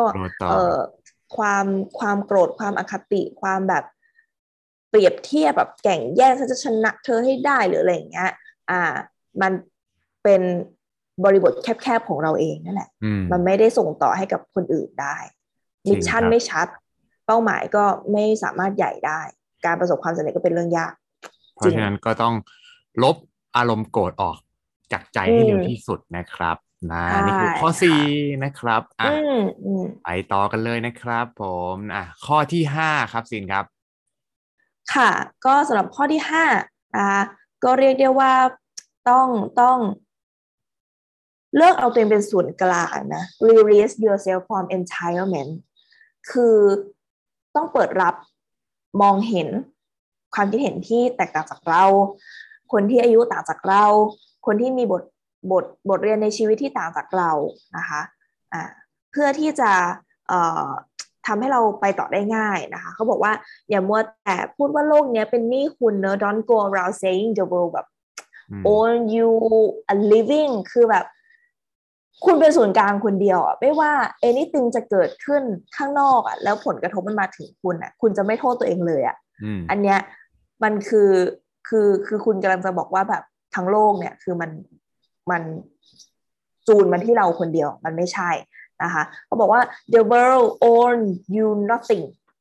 ความโกรธความอคติความแบบเปรียบเทียบแบบแข่งแย่งฉันจะชนะเธอให้ได้หรืออะไรอย่างเงี้ยมันเป็นบริบทแคบๆของเราเองนั่นแหละมันไม่ได้ส่งต่อให้กับคนอื่นได้มิชชั่นไม่ชัดเป้าหมายก็ไม่สามารถใหญ่ได้การประสบความสำเร็จก็เป็นเรื่องยากเพราะฉะนั้นก็ต้องลบอารมณ์โกรธออกจากใจให้เร็วที่สุดนะครับนี่คือข้อ4นะครับไปต่อกันเลยนะครับผมข้อที่5ครับซินครับค่ะก็สำหรับข้อที่5ก็เรียกได้ว่าต้องเลิกเอาตัวเองเป็นศูนย์กลางนะ release yourself from entitlement คือต้องเปิดรับมองเห็นความคิดเห็นที่แตกต่างจากเราคนที่อายุต่างจากเราคนที่มีบทเรียนในชีวิตที่ต่างจากเรานะคะเพื่อที่จะทำให้เราไปต่อได้ง่ายนะคะเขาบอกว่าอย่ามัวแต่พูดว่าโลกนี้เป็นหนี้คุณเนอะ don't go around saying the world แบบ own you a living คือแบบคุณเป็นศูนย์กลางคนเดียวไม่ว่า anything จะเกิดขึ้นข้างนอกแล้วผลกระทบมันมาถึงคุณคุณจะไม่โทษตัวเองเลยอันเนี้ยมันคือคุณกำลังจะบอกว่าแบบทั้งโลกเนี่ยคือมันจูนมันที่เราคนเดียวมันไม่ใช่นะคะเขาบอกว่า the world own you nothing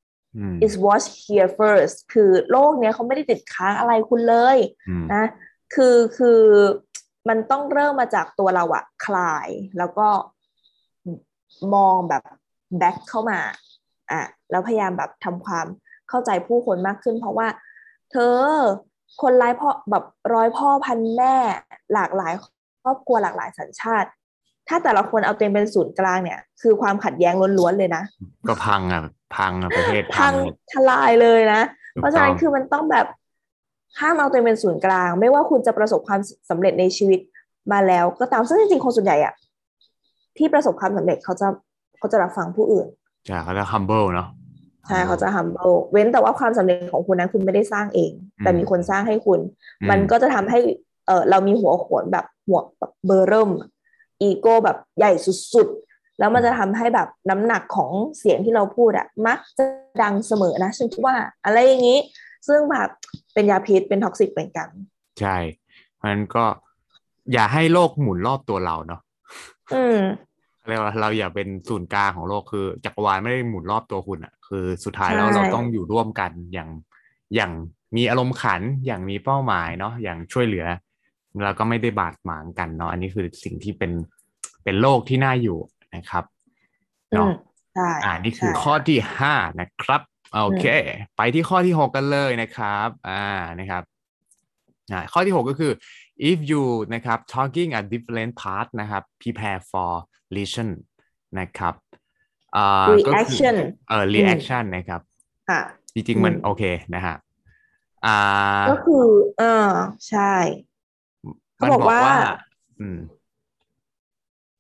is what here first คือโลกเนี้ยเขาไม่ได้ติดค้างอะไรคุณเลยนะคือมันต้องเริ่มมาจากตัวเราคลายแล้วก็มองแบบแบ็คเข้ามาแล้วพยายามแบบทำความเข้าใจผู้คนมากขึ้นเพราะว่าเธอคนร้ายพ่อแบบร้อยพ่อพันแม่หลากหลายครอบครัวหลากหลายสัญชาติถ้าแต่ละคนเอาตัวเองเป็นศูนย์กลางเนี่ยคือความขัดแย้งล้วนๆเลยนะก็พังประเทศพังทลายเลยนะเพราะฉะนั้นคือมันต้องแบบห้ามเอาตัวเองเป็นศูนย์กลางไม่ว่าคุณจะประสบความสำเร็จในชีวิตมาแล้วก็ตามซึ่งจริงๆคนส่วนใหญ่ที่ประสบความสำเร็จเขาจะรับฟังผู้อื่นใช่เขาจะ humble เนาะใช่เขาจะ humble เว้นแต่ว่าความสำเร็จของคุณนั้นคุณไม่ได้สร้างเองแต่มีคนสร้างให้คุณมันก็จะทำให้เรามีหัวโขนแบบหัวแบบเบอร์เริ่มอีโก้แบบใหญ่สุดๆแล้วมันจะทำให้แบบน้ำหนักของเสียงที่เราพูดมักจะดังเสมอนะฉันคิดว่าอะไรอย่างนี้ซึ่งแบบเป็นยาพิษเป็นท็อกซิกเหมือนกันใช่เพราะฉะนั้นก็อย่าให้โลกหมุนรอบตัวเราเนาะเรียกว่าเราอย่าเป็นศูนย์กลางของโลกคือจักรวาลไม่ได้หมุนรอบตัวคุณคือสุดท้ายแล้วเราต้องอยู่ร่วมกันอย่างมีอารมณ์ขันอย่างมีเป้าหมายเนาะอย่างช่วยเหลือเราก็ไม่ได้บาดหมางกันเนาะอันนี้คือสิ่งที่เป็นโลกที่น่าอยู่นะครับเนาะนี่คือข้อที่5นะครับโอเคไปที่ข้อที่6กันเลยนะครับนะครับข้อที่6ก็คือ if you นะครับ talking a different part นะครับ prepare for listen นะครับ reaction reaction นะครับจริงๆมันโอเคนะฮะก็คือใช่เขาบอกว่า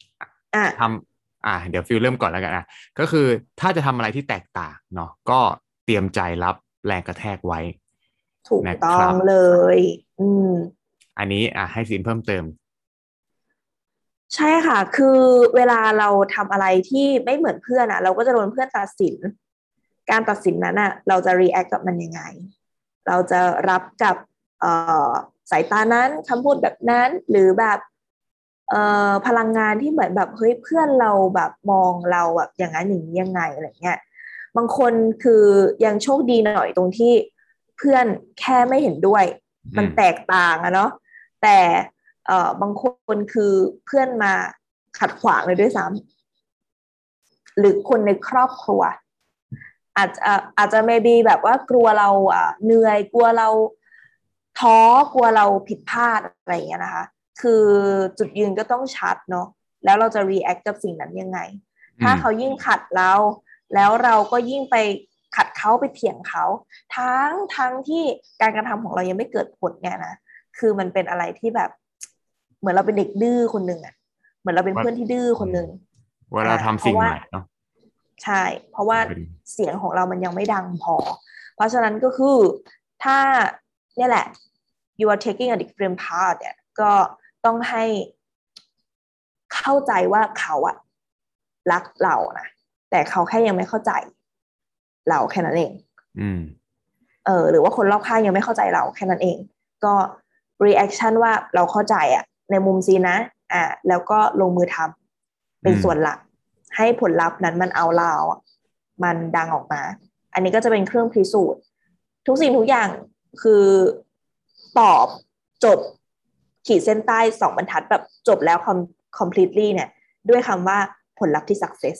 อ่ะทเดี๋ยวฟิลเริ่มก่อนแล้วกันก็คือถ้าจะทำอะไรที่แตกต่างเนาะก็เตรียมใจรับแรงกระแทกไว้ถูกนะครับต้องเลยอืมอันนี้ให้ซินเพิ่มเติมใช่ค่ะคือเวลาเราทำอะไรที่ไม่เหมือนเพื่อนอ่ะเราก็จะโดนเพื่อนตัดสินการตัดสินนั้นอ่ะเราจะ react กับมันยังไงเราจะรับกับเอ่อสายตานั้นคำพูดแบบนั้นหรือแบบพลังงานที่เหมือนแบบเฮ้ยเพื่อนเราแบบมองเราแบบอย่างนั้นอย่างนี้ยังไงอะไรเงี้ยบางคนคือยังโชคดีหน่อยตรงที่เพื่อนแค่ไม่เห็นด้วยมันแตกต่างอะเนาะแต่บางคนคือเพื่อนมาขัดขวางเลยด้วยซ้ำหรือคนในครอบครัวอาจจะ maybe แบบว่ากลัวเราเหนื่อยกลัวเราท้อกลัวเราผิดพลาดอะไรอย่างเงี้ยนะคะคือจุดยืนก็ต้องชัดเนาะแล้วเราจะ react กับสิ่งนั้นยังไงถ้าเขายิ่งขัดเราแล้วเราก็ยิ่งไปขัดเขาไปเถียงเขาทั้งที่การกระทำของเรายังไม่เกิดผลเนี่ยนะคือมันเป็นอะไรที่แบบเหมือนเราเป็นเด็กดื้อคนหนึ่งอะเหมือนเราเป็นเพื่อนที่ดื้อคนหนึ่งว่าเราทำสิ่งใหม่เนาะใช่เพราะว่าเสียงของเรามันยังไม่ดังพอเพราะฉะนั้นก็คือถ้าเนี่ยแหละ you are taking a different path เนี่ยก็ต้องให้เข้าใจว่าเขาอะรักเรานะแต่เขาแค่ยังไม่เข้าใจเราแค่นั้นเองหรือว่าคนรอบข้างยังไม่เข้าใจเราแค่นั้นเองก็ reaction ว่าเราเข้าใจอะในมุมซีนะแล้วก็ลงมือทำเป็นส่วนหลักให้ผลลัพธ์นั้นมันเอาเรามันดังออกมาอันนี้ก็จะเป็นเครื่องพิสูจน์ทุกสิ่งทุกอย่างคือตอบจบขีดเส้นใต้2 บรรทัดแบบจบแล้ว completely เนี่ยด้วยคำว่าผลลัพธ์ที่ success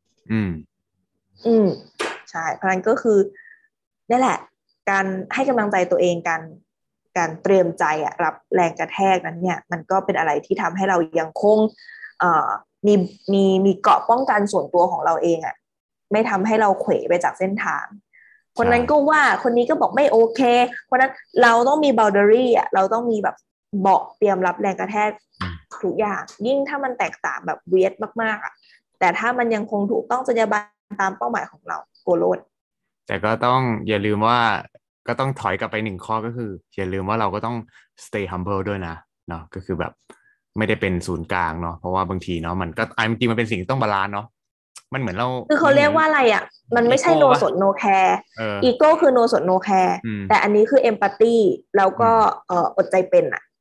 ใช่เพราะนั้นก็คือนี่แหละการให้กำลังใจตัวเองการเตรียมใจรับแรงกระแทกนั้นเนี่ยมันก็เป็นอะไรที่ทำให้เรายังคงมีมีเกราะป้องกันส่วนตัวของเราเองไม่ทำให้เราเขวไปจากเส้นทางคนนั้นก็ว่าคนนี้ก็บอกไม่โอเคคนนั้นเราต้องมี boundary เราต้องมีแบบบอกเตรียมรับแรงกระแทกทุกอย่างยิ่งถ้ามันแตกต่างแบบเวียดมากๆแต่ถ้ามันยังคงถูกต้องจรรยาบรรณตามเป้าหมายของเราโกโลดแต่ก็ต้องอย่าลืมว่าก็ต้องถอยกลับไป1 ข้อก็คืออย่าลืมว่าเราก็ต้อง stay humble ด้วยนะเนาะก็คือแบบไม่ได้เป็นศูนย์กลางเนาะเพราะว่าบางทีเนาะมันก็จริงมันเป็นสิ่งที่ต้องบาลานซ์เนาะมันเหมือนเราคือเขาเรียกว่าอะไรมันไม่ใช่ no สน no care อีโก้คือ no สน no care แต่อันนี้คือ empathy แล้วก็อดใจเป็น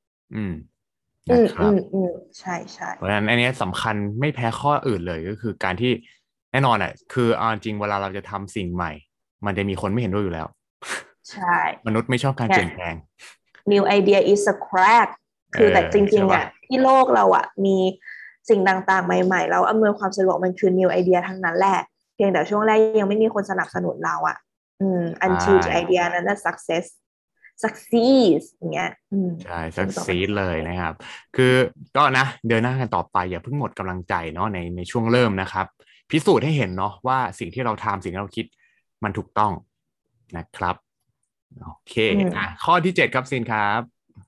นะครับใช่ใช่เพราะฉะนั้นอันนี้สำคัญไม่แพ้ข้ออื่นเลยก็คือการที่แน่นอนคือเอาจริงเวลาเราจะทำสิ่งใหม่มันจะมีคนไม่เห็นด้วยอยู่แล้วใช่มนุษย์ไม่ชอบการเปลี่ยนแปลง new idea is a crack คือแต่จริงๆที่โลกเรามีสิ่งต่างๆใหม่ๆเราอำนวยความสะดวกมันคือ new idea ทั้งนั้นแหละเพียงแต่ช่วงแรกยังไม่มีคนสนับสนุนเราuntil the idea นั้น success อย่างเงี้ยใช่ succeed เลยนะครับคือก็นะเดินหน้ากันต่อไปอย่าเพิ่งหมดกำลังใจเนาะในช่วงเริ่มนะครับพิสูจน์ให้เห็นเนาะว่าสิ่งที่เราทำสิ่งที่เราคิดมันถูกต้องนะครับโอเคข้อที่7ครับซินครับ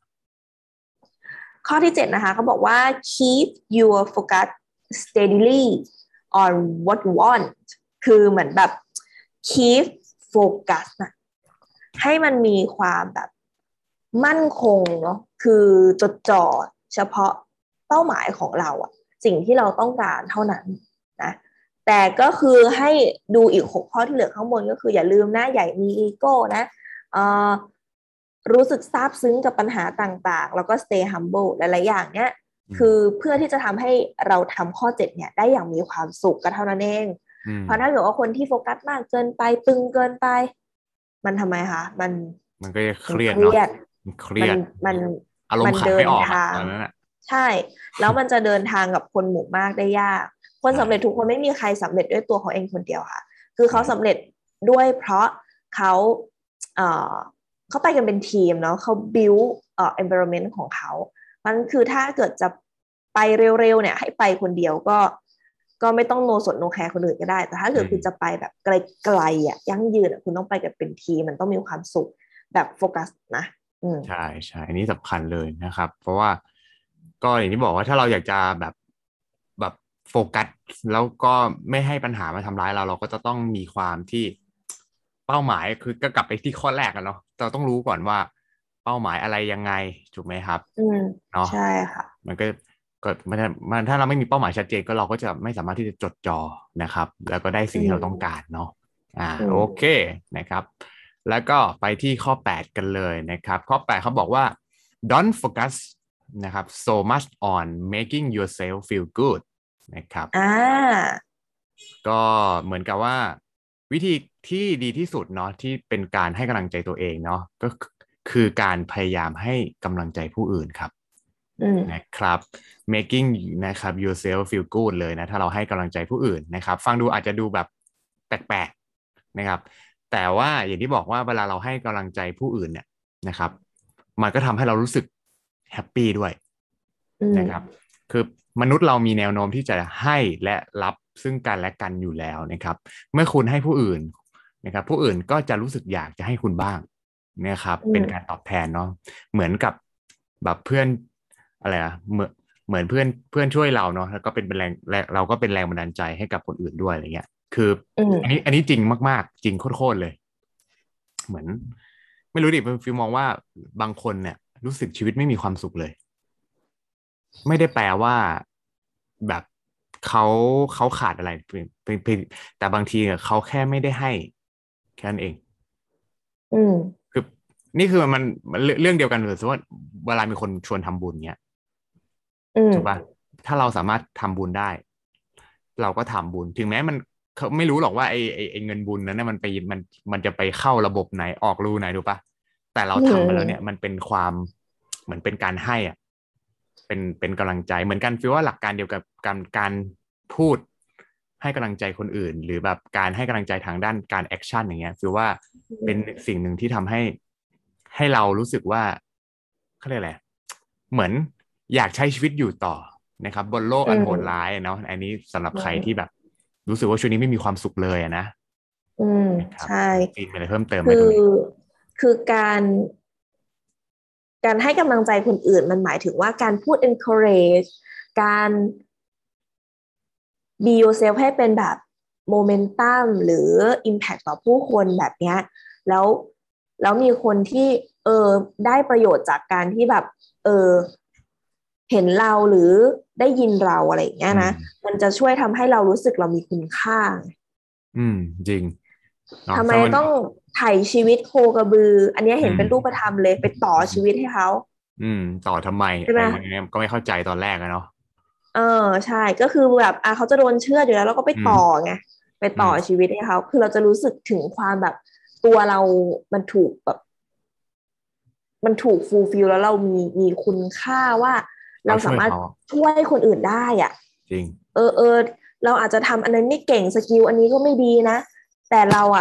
ข้อที่7นะคะเขาบอกว่า keep your focus steadily on what you want คือเหมือนแบบ keep focus นะให้มันมีความแบบมั่นคงเนาะคือจดจ่อเฉพาะเป้าหมายของเราสิ่งที่เราต้องการเท่านั้นนะแต่ก็คือให้ดูอีก6 ข้อที่เหลือข้างบนก็คืออย่าลืมนะอย่ามีอีโก้นะรู้สึกซาบซึ้งกับปัญหาต่างๆแล้วก็ stay humble หลายๆอย่างเนี้ยคือเพื่อที่จะทำให้เราทำข้อ7เนี่ยได้อย่างมีความสุขก็เท่านั้นเองเพราะถ้าเกิดว่าคนที่โฟกัสมากเกินไปตึงเกินไปมันทำไมคะมันก็จะเครียดเนาะเครียดมันอารมณ์ขันไม่ออกตอนนั้นใช่แล้วมันจะเดินทางกับคนหมู่มากได้ยากคนสำเร็จทุกคนไม่มีใครสำเร็จด้วยตัวเขาเองคนเดียวค่ะคือเขาสำเร็จด้วยเพราะเขาเขาไปกันเป็นทีมเนาะเขา build environment ของเขามันคือถ้าเกิดจะไปเร็วๆเนี่ยให้ไปคนเดียวก็ไม่ต้องโนสนโนแคร์คนอื่นก็ได้แต่ถ้าเกิดคุณจะไปแบบไกลๆยั่งยืนคุณต้องไปกันเป็นทีมมันต้องมีความสุขแบบโฟกัสนะใช่ใช่อันนี้สำคัญเลยนะครับเพราะว่าก็อย่างที่บอกว่าถ้าเราอยากจะแบบโฟกัสแล้วก็ไม่ให้ปัญหามาทำร้ายเราเราก็จะต้องมีความที่เป้าหมายคือก็กลับไปที่ข้อแรกกันเนาะเราต้องรู้ก่อนว่าเป้าหมายอะไรยังไงถูกไหมครับอืมเนาะใช่ค่ะมันก็มันถ้าเราไม่มีเป้าหมายชัดเจนก็เราก็จะไม่สามารถที่จะจดจ่อนะครับแล้วก็ได้อืสิ่งที่เราต้องมการเนาะอืโอเคมนะครับแล้วก็ไปที่ข้อ8กันเลยนะครับข้อ8เขาบอกว่า don't focus นะครับ so much on making yourself feel good นะครับอ่าก็เหมือนกับว่าวิธีที่ดีที่สุดเนาะที่เป็นการให้กำลังใจตัวเองเนาะก็คือการพยายามให้กำลังใจผู้อื่นครับอืมนะครับ making นะครับ yourself feel good เลยนะถ้าเราให้กำลังใจผู้อื่นนะครับฟังดูอาจจะดูแบบแปลกๆนะครับแต่ว่าอย่างที่บอกว่าเวลาเราให้กำลังใจผู้อื่นเนี่ยนะครับมันก็ทำให้เรารู้สึกแฮปปี้ด้วยอืมนะครับ คือมนุษย์เรามีแนวโน้มที่จะให้และรับซึ่งกันและกันอยู่แล้วนะครับเมื่อคุณให้ผู้อื่นนะครับผู้อื่นก็จะรู้สึกอยากจะให้คุณบ้างนะครับอืมเป็นการตอบแทนเนาะเหมือนกับแบบเพื่อนอะไรอะเหมือนเพื่อนช่วยเราเนาะแล้วก็เป็นแรงเราก็เป็นแรงบันดาลใจให้กับคนอื่นด้วยอะไรเงี้ยคืออืมอันนี้จริงมากๆจริงโคตรเลยเหมือนไม่รู้ดิฟิลมองว่าบางคนเนี่ยรู้สึกชีวิตไม่มีความสุขเลย ไม่ได้แปลว่าแบบเขาเขาขาดอะไรแต่บางทีเขาแค่ไม่ได้ให้แค่นั้นเองอืมคือนี่คือมันเรื่องเดียวกันเลยสมมติว่าเวลามีคนชวนทำบุญเนี้ยอืมถูกป่ะถ้าเราสามารถทำบุญได้เราก็ทำบุญถึงแม้มันเขาไม่รู้หรอกว่าไอ้เงินบุญนั้นนะมันจะไปเข้าระบบไหนออกรูไหนถูกป่ะแต่เราอืทำมาแล้วเนี่ยมมันเป็นความเหมือนเป็นการให้อ่ะเป็นกำลังใจเหมือนกันฟีลว่าหลักการเดียวกับการพูดให้กำลังใจคนอื่นหรือแบบการให้กำลังใจทางด้านการแอคชั่นอย่างเงี้ยฟีลว่าเป็นสิ่งหนึ่งที่ทำให้เรารู้สึกว่าเขาเรียกอะไรเหมือนอยากใช้ชีวิตอยู่ต่อนะครับบนโลกอือันโหดร้ามยเนาะอันนี้สำหรับอืใครที่แบมบรู้สึกว่าช่วงนี้ไม่มีความสุขเลยนะอืมนะครับใช่ฟีนมีอะไรเพิ่มเติมไหคือมตรงนี้คือการให้กำลังใจคนอื่นมันหมายถึงว่าการพูด encourage การ be yourself ให้เป็นแบบโมเมนตัมหรือ impact ต่อผู้คนแบบเนี้ยแล้วแล้วมีคนที่ได้ประโยชน์จากการที่แบบเออเห็นเราหรือได้ยินเราอะไรอย่างเงี้ยนะอืมมันจะช่วยทำให้เรารู้สึกเรามีคุณค่าอืมจริงเนาะทำไมถ้ามันต้องไถ่ชีวิตโคกระบืออันนี้อืมเห็นเป็นรูปธรรมเลยไปต่อชีวิตให้เขาต่อทำไมใช่ไหมอะไรอย่างเงี้ยก็ไม่เข้าใจตอนแรกอะเนาะเออใช่ก็คือแบบเขาจะโดนเชือดอยู่แล้วเราก็ไปต่ออืมไงไปต่ออืมชีวิตให้เขาคือเราจะรู้สึกถึงความแบบตัวเรามันถูกแบบมันถูกฟูลฟิลแล้วเรามีคุณค่าว่าเราเราสามารถช่วยเขาช่วยคนอื่นได้อ่ะจริงเออเราอาจจะทำอันนั้นไม่เก่งสกิลอันนี้ก็ไม่ดีนะแต่เราอ่ะ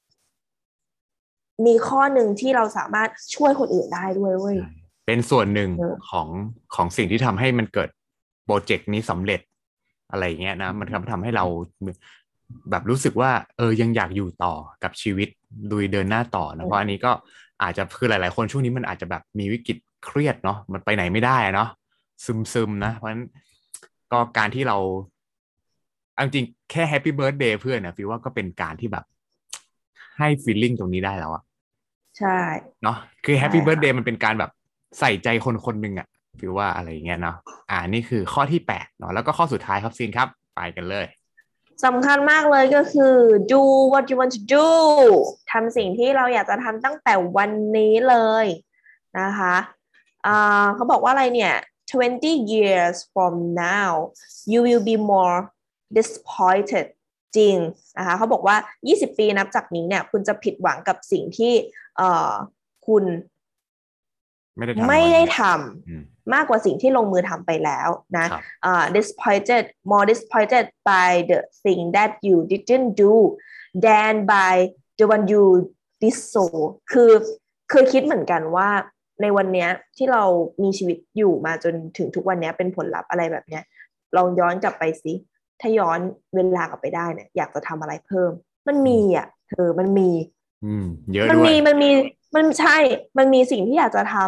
มีข้อหนึ่งที่เราสามารถช่วยคนอื่นได้ด้วยเว้ยใช่เป็นส่วนหนึ่งเออของของสิ่งที่ทำให้มันเกิดโปรเจกต์นี้สำเร็จอะไรอย่างเงี้ยนะมันทำให้เราแบบรู้สึกว่ายังอยากอยู่ต่อกับชีวิตลุยเดินหน้าต่อนะเพราะอันนี้ก็อาจจะคือหลายๆคนช่วงนี้มันอาจจะแบบมีวิกฤตเครียดเนาะมันไปไหนไม่ได้อะเนาะซึมนะเพราะฉะนั้นก็การที่เราเอาจริงแค่แฮปปี้เบิร์ a เดย์เพื่อนนะฟีลว่าก็เป็นการที่แบบให้ฟีลลิ่งตรงนี้ได้แล้วอะใช่เนาะคือแฮใช่ปปี้เบิร์ a เดค่ะย์มันเป็นการแบบใส่ใจคนคนหนึ่งอะฟิลว่าอะไรอย่างเงี้ยเนาะนี่คือข้อที่8เนาะแล้วก็ข้อสุดท้ายครับซีนครับไปกันเลยสำคัญมากเลยก็คือ do what you want to do ทำสิ่งที่เราอยากจะทำตั้งแต่วันนี้เลยนะคะเขาบอกว่าอะไรเนี่ย20 years from now you will be more disappointed จริงนะคะเขาบอกว่า20ปีนับจากนี้เนี่ยคุณจะผิดหวังกับสิ่งที่คุณไม่ได้ทำในไม่ได้วันนี้ทอืมำมากกว่าสิ่งที่ลงมือทำไปแล้วนะครับ disappointed more disappointed by the thing that you didn't do than by the one you did so คือเคยคิดเหมือนกันว่าในวันเนี้ยที่เรามีชีวิตอยู่มาจนถึงทุกวันนี้เป็นผลลัพธ์อะไรแบบเนี้ยลองย้อนกลับไปสิถ้าย้อนเวลากลับไปได้เนี่ยอยากจะทำอะไรเพิ่มมันอืมมีอ่ะมันมีอืมเยอะมันด้วยมีมันมีมันใช่มันมีสิ่งที่อยากจะท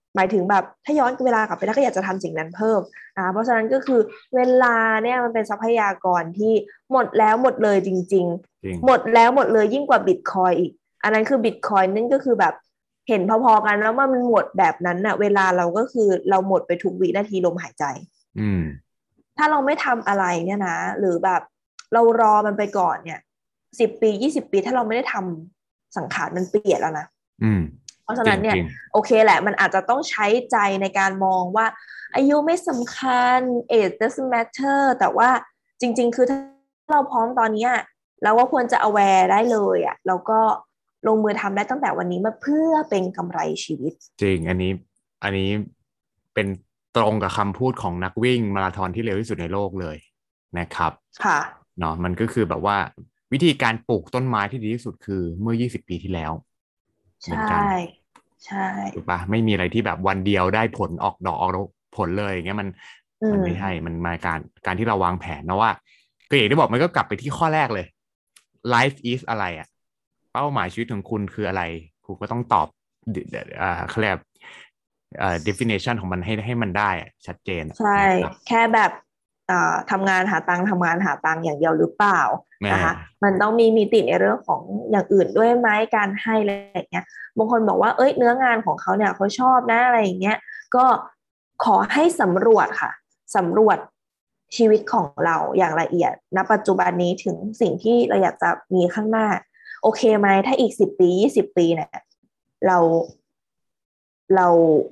หมายถึงแบบถ้าย้อนเวลากลับไปได้ก็อยากจะทำสิ่งนั้นเพิ่มเพราะฉะนั้นก็คือเวลาเนี่ยมันเป็นทรัพยากรที่หมดแล้วหมดเลยจริงๆหมดแล้วหมดเลยยิ่งกว่าบิตคอยอีกอันนั้นคือบิตคอยนั่นก็คือแบบเห็นพอๆกันแล้วว่ามันหมดแบบนั้นน่ะเวลาเราก็คือเราหมดไปทุกวินาทีลมหายใจถ้าเราไม่ทำอะไรเนี่ยนะหรือแบบเรารอมันไปก่อนเนี่ย10 ปี20 ปีถ้าเราไม่ได้ทำสังขารมันเปลี่ยนแล้วนะเพราะฉะนั้นเนี่ยโอเคแหละมันอาจจะต้องใช้ใจในการมองว่าอายุไม่สำคัญ age doesn't matter แต่ว่าจริงๆคือถ้าเราพร้อมตอนนี้เราก็ควรจะ aware ได้เลยแล้วก็ลงมือทำได้ตั้งแต่วันนี้มาเพื่อเป็นกำไรชีวิตจริงอันนี้เป็นตรงกับคำพูดของนักวิ่งมาราธอนที่เร็วที่สุดในโลกเลยนะครับค่ะเนาะมันก็คือแบบว่าวิธีการปลูกต้นไม้ที่ดีที่สุดคือเมื่อ20 ปีที่แล้วเหมือนกันใช่ถูกปะไม่มีอะไรที่แบบวันเดียวได้ผลออกดอกออกผลเลยอย่างเงี้ยมันไม่ใช่มันมาการที่เราวางแผนนะว่าก็อย่างที่บอกมันก็กลับไปที่ข้อแรกเลย life is อะไรอะเป้าหมายชีวิตของคุณคืออะไรคุณก็ต้องตอบเขาเรียกdefinition ของมันให้มันได้ชัดเจนใช่แค่แบบทำงานหาตังค์อย่างเดียวหรือเปล่านะคะมันต้องมีมิติในเรื่องของอย่างอื่นด้วยไหมการให้อะไรอย่างเงี้ยบางคนบอกว่าเอ้ยเนื้องานของเขาเนี่ยเขาชอบนะอะไรอย่างเงี้ยก็ขอให้สำรวจค่ะสำรวจชีวิตของเราอย่างละเอียดณปัจจุบันนี้ถึงสิ่งที่เราอยากจะมีข้างหน้าโอเคไหมถ้าอีก10 ปี20 ปีเนี่ยเราเรา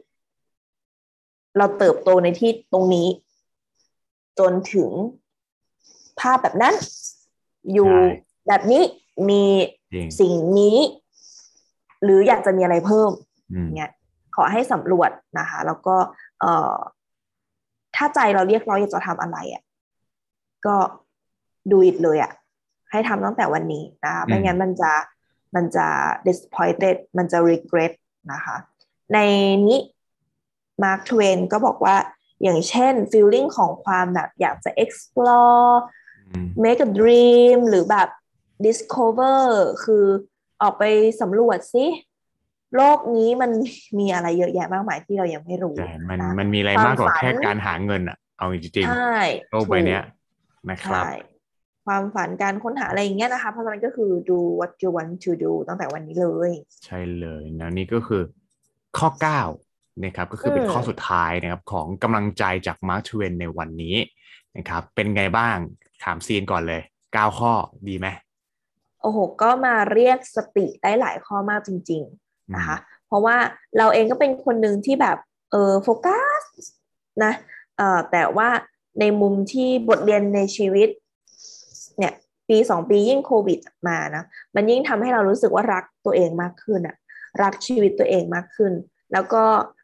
เติบโตในที่ตรงนี้จนถึงภาพแบบนั้นอยู่แบบนี้มีสิ่งนี้หรืออยากจะมีอะไรเพิ่มเนี่ยขอให้สำรวจนะคะแล้วก็ถ้าใจเราเรียกร้องอยากจะทำอะไรก็ดูอิดเลยให้ทำตั้งแต่วันนี้นะคะไม่งั้นมันจะ disappointed มันจะ regret นะคะในนี้มาร์ค ทเวนก็บอกว่าอย่างเช่น feeling ของความแบบอยากจะ explore make a dream หรือแบบ discover คือออกไปสำรวจสิโลกนี้มันมีอะไรเยอะแยะมากมายที่เรายังไม่รู้มันมีอะไรมากกว่าแค่การหาเงินเอาจริงๆโลกใบนี้นะครับความฝันการค้นหาอะไรอย่างเงี้ยนะคะเพราะฉะนั้นก็คือ do what you want to do ตั้งแต่วันนี้เลยใช่เลยนะนี่ก็คือข้อ9นะครับก็คือเป็นข้อสุดท้ายนะครับของกำลังใจจากมาร์ค ทเวนในวันนี้นะครับเป็นไงบ้างถามซีนก่อนเลย9ข้อดีไหมโอ้โหก็มาเรียกสติได้หลายข้อมากจริงๆนะคะเพราะว่าเราเองก็เป็นคนหนึ่งที่แบบโฟกัสนะแต่ว่าในมุมที่บทเรียนในชีวิตเนี่ยปี2 ปียิ่งโควิดมานะมันยิ่งทำให้เรารู้สึกว่ารักตัวเองมากขึ้นรักชีวิตตัวเองมากขึ้นแล้วก็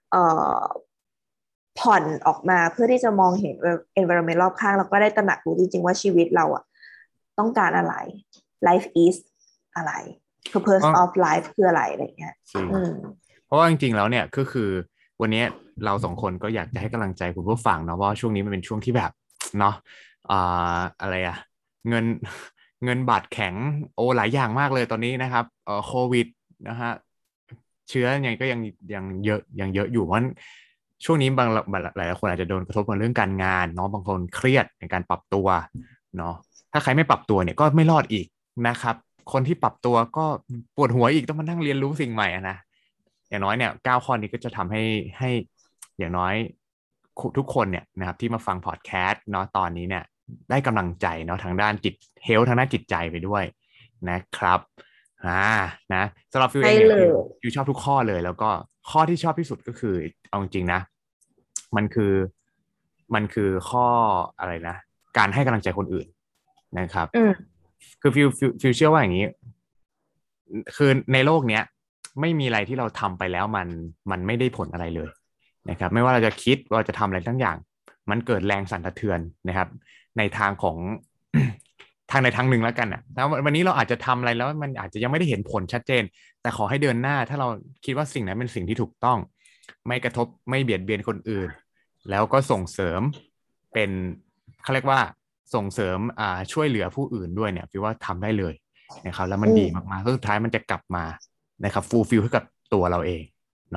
ผ่อนออกมาเพื่อที่จะมองเห็น environment รอบข้างแล้วก็ได้ตระหนักรู้จริงๆว่าชีวิตเราต้องการอะไร life is อะไร purpose of life คืออะไรอะไรเงี้ยเพราะว่าจริงๆแล้วเนี่ยก็คือวันนี้เรา2 คนก็อยากจะให้กำลังใจคุณผู้ฟังนะว่าช่วงนี้มันเป็นช่วงที่แบบเนาะอะไรเงินบาทแข็งหลายอย่างมากเลยตอนนี้นะครับโควิดนะฮะเชื้อยังก็ยังเยอะอยู่เพราะช่วงนี้หลายคนอาจจะโดนกระทบในเรื่องการงานเนาะบางคนเครียดในการปรับตัวเนาะถ้าใครไม่ปรับตัวเนี่ยก็ไม่รอดอีกนะครับคนที่ปรับตัวก็ปวดหัวอีกต้องมานั่งเรียนรู้สิ่งใหม่นะอย่างน้อยเนี่ย9 ข้อนี้ก็จะทำให้อย่างน้อยทุกคนเนี่ยนะครับที่มาฟังพอดแคสต์เนาะตอนนี้เนี่ยได้กำลังใจเนาะทางด้านทางด้านจิตใจไปด้วยนะครับนะสำหรับฟิวเองเนี่ยฟิวชอบทุกข้อเลยแล้วก็ข้อที่ชอบที่สุดก็คือเอาจริงๆนะมันคือข้ออะไรนะการให้กำลังใจคนอื่นนะครับคือฟิวเชื่อว่าอย่างนี้คือในโลกเนี้ยไม่มีอะไรที่เราทำไปแล้วมันไม่ได้ผลอะไรเลยนะครับไม่ว่าเราจะคิดว่าจะทำอะไรทั้งอย่างมันเกิดแรงสั่นสะเทือนนะครับในทางของ ทางใดทางหนึ่งแล้วกันแล้ววันนี้เราอาจจะทำอะไรแล้วมันอาจจะยังไม่ได้เห็นผลชัดเจนแต่ขอให้เดินหน้าถ้าเราคิดว่าสิ่งนั้นเป็นสิ่งที่ถูกต้องไม่กระทบไม่เบียดเบียนคนอื่นแล้วก็ส่งเสริมเป็นเขาเรียกว่าส่งเสริมช่วยเหลือผู้อื่นด้วยเนี่ยฟิวว่าทำได้เลยนะครับแล้วมันดีมากๆสุดท้ายมันจะกลับมานะครับฟูลฟิลให้กับตัวเราเองเนาะ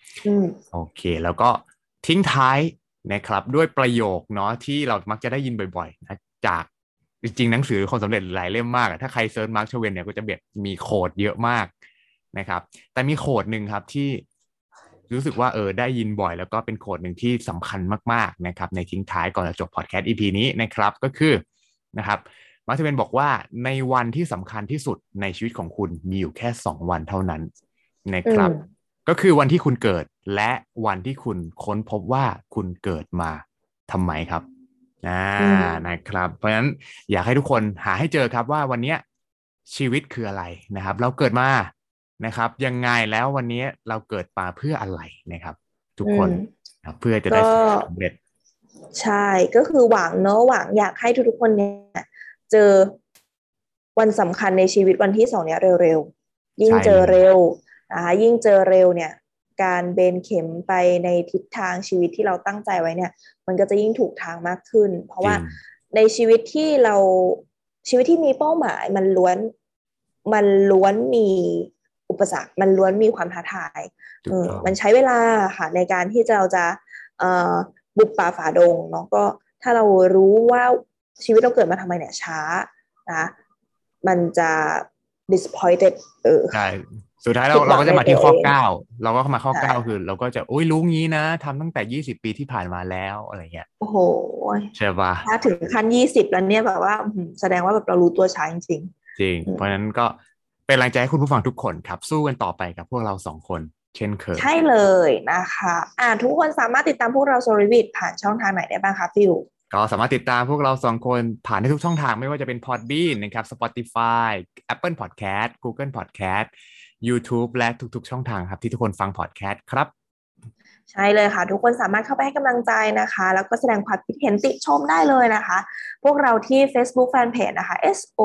โอเคแล้วก็ทิ้งท้ายนะครับด้วยประโยคเนาะที่เรามักจะได้ยินบ่อยๆนะจากจริงๆหนังสือคนสำเร็จหลายเล่มมากถ้าใครเซิร์ชมาร์ค ทเวนเนี่ยก็จะแบบมีโค้ดเยอะมากนะครับแต่มีโค้ดหนึ่งครับที่รู้สึกว่าได้ยินบ่อยแล้วก็เป็นโค้ดหนึ่งที่สำคัญมากๆนะครับในทิ้งท้ายก่อนจะจบพอดแคสต์ EP นี้นะครับก็คือนะครับมาร์ค ทเวนบอกว่าในวันที่สำคัญที่สุดในชีวิตของคุณมีอยู่แค่2 วันเท่านั้นนะครับก็คือวันที่คุณเกิดและวันที่คุณค้นพบว่าคุณเกิดมาทำไมครับนะครับเพราะฉะนั้นอยากให้ทุกคนหาให้เจอครับว่าวันนี้ชีวิตคืออะไรนะครับเราเกิดมานะครับยังไงแล้ววันนี้เราเกิดมาเพื่ออะไรนะครับทุกคนเพื่อจะได้สำเร็จใช่ก็คือหวังเนอะหวังอยากให้ทุกๆคนเนี่ยเจอวันสำคัญในชีวิตวันที่2เนี่ยเร็วๆยิ่งเจอเร็วนะคะยิ่งเจอเร็วเนี่ยการเบนเข็มไปในทิศทางชีวิตที่เราตั้งใจไว้เนี่ยมันก็จะยิ่งถูกทางมากขึ้นเพราะว่าในชีวิตที่มีเป้าหมายมันล้วนมีอุปสรรคมันล้วนมีความท้าทายมันใช้เวลาค่ะในการที่เราจะบุกป่าฝ่าดงเนาะก็ถ้าเรารู้ว่าชีวิตเราเกิดมาทำไมเนี่ยช้านะมันจะ disappointed ใช่สุดท้ายเราก็จะมาที่ข้อ9เราก็มาข้อ9คือเราก็จะรู้งี้นะทำตั้งแต่20 ปีที่ผ่านมาแล้วอะไรเงี้ยโอ้โหใช่ป่ะถ้าถึงขั้น20แล้วเนี่ยแบบว่าแสดงว่าแบบเรารู้ตัวช้าจริงจริงเพราะฉะนั้นก็เป็นกำลังใจให้คุณผู้ฟังทุกคนครับสู้กันต่อไปกับพวกเรา2 คนเช่นเคยใช่เลยนะคะทุกคนสามารถติดตามพวกเราโซลิวิทผ่านช่องทางไหนได้บ้างคะฟิวก็สามารถติดตามพวกเรา2 คนผ่านได้ทุกช่องทางไม่ว่าจะเป็น Podbean นะครับ Spotify Apple Podcast Google Podcast YouTube และทุกๆช่องทางครับที่ทุกคนฟัง podcast ครับใช่เลยค่ะทุกคนสามารถเข้าไปให้กำลังใจนะคะแล้วก็แสดงความคิดเห็นติชมได้เลยนะคะพวกเราที่ Facebook Fanpage นะคะ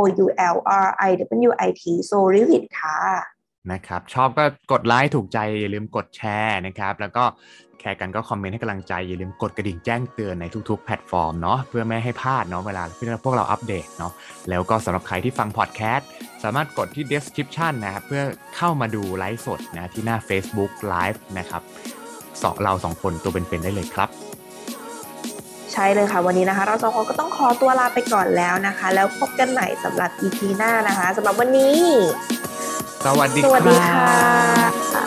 SOULRIWIT Solivit ค่ะนะครับชอบก็กดไลค์ถูกใจอย่าลืมกดแชร์นะครับแล้วก็แค่กันก็คอมเมนต์ให้กำลังใจอย่าลืมกดกระดิ่งแจ้งเตือนในทุกๆแพลตฟอร์มเนาะเพื่อไม่ให้พลาดเนาะเวลาที่พวกเราอัปเดตเนาะแล้วก็สำหรับใครที่ฟังพอดแคสต์สามารถกดที่ description นะครับเพื่อเข้ามาดูไลฟ์สดนะที่หน้า Facebook Live นะครับเรา2 คนตัวเป็นๆได้เลยครับใช่เลยค่ะวันนี้นะคะเรา2 คนก็ต้องขอตัวลาไปก่อนแล้วนะคะแล้วพบกันใหม่สำหรับ EP หน้านะคะสำหรับวันนี้สวัสดีค่ะ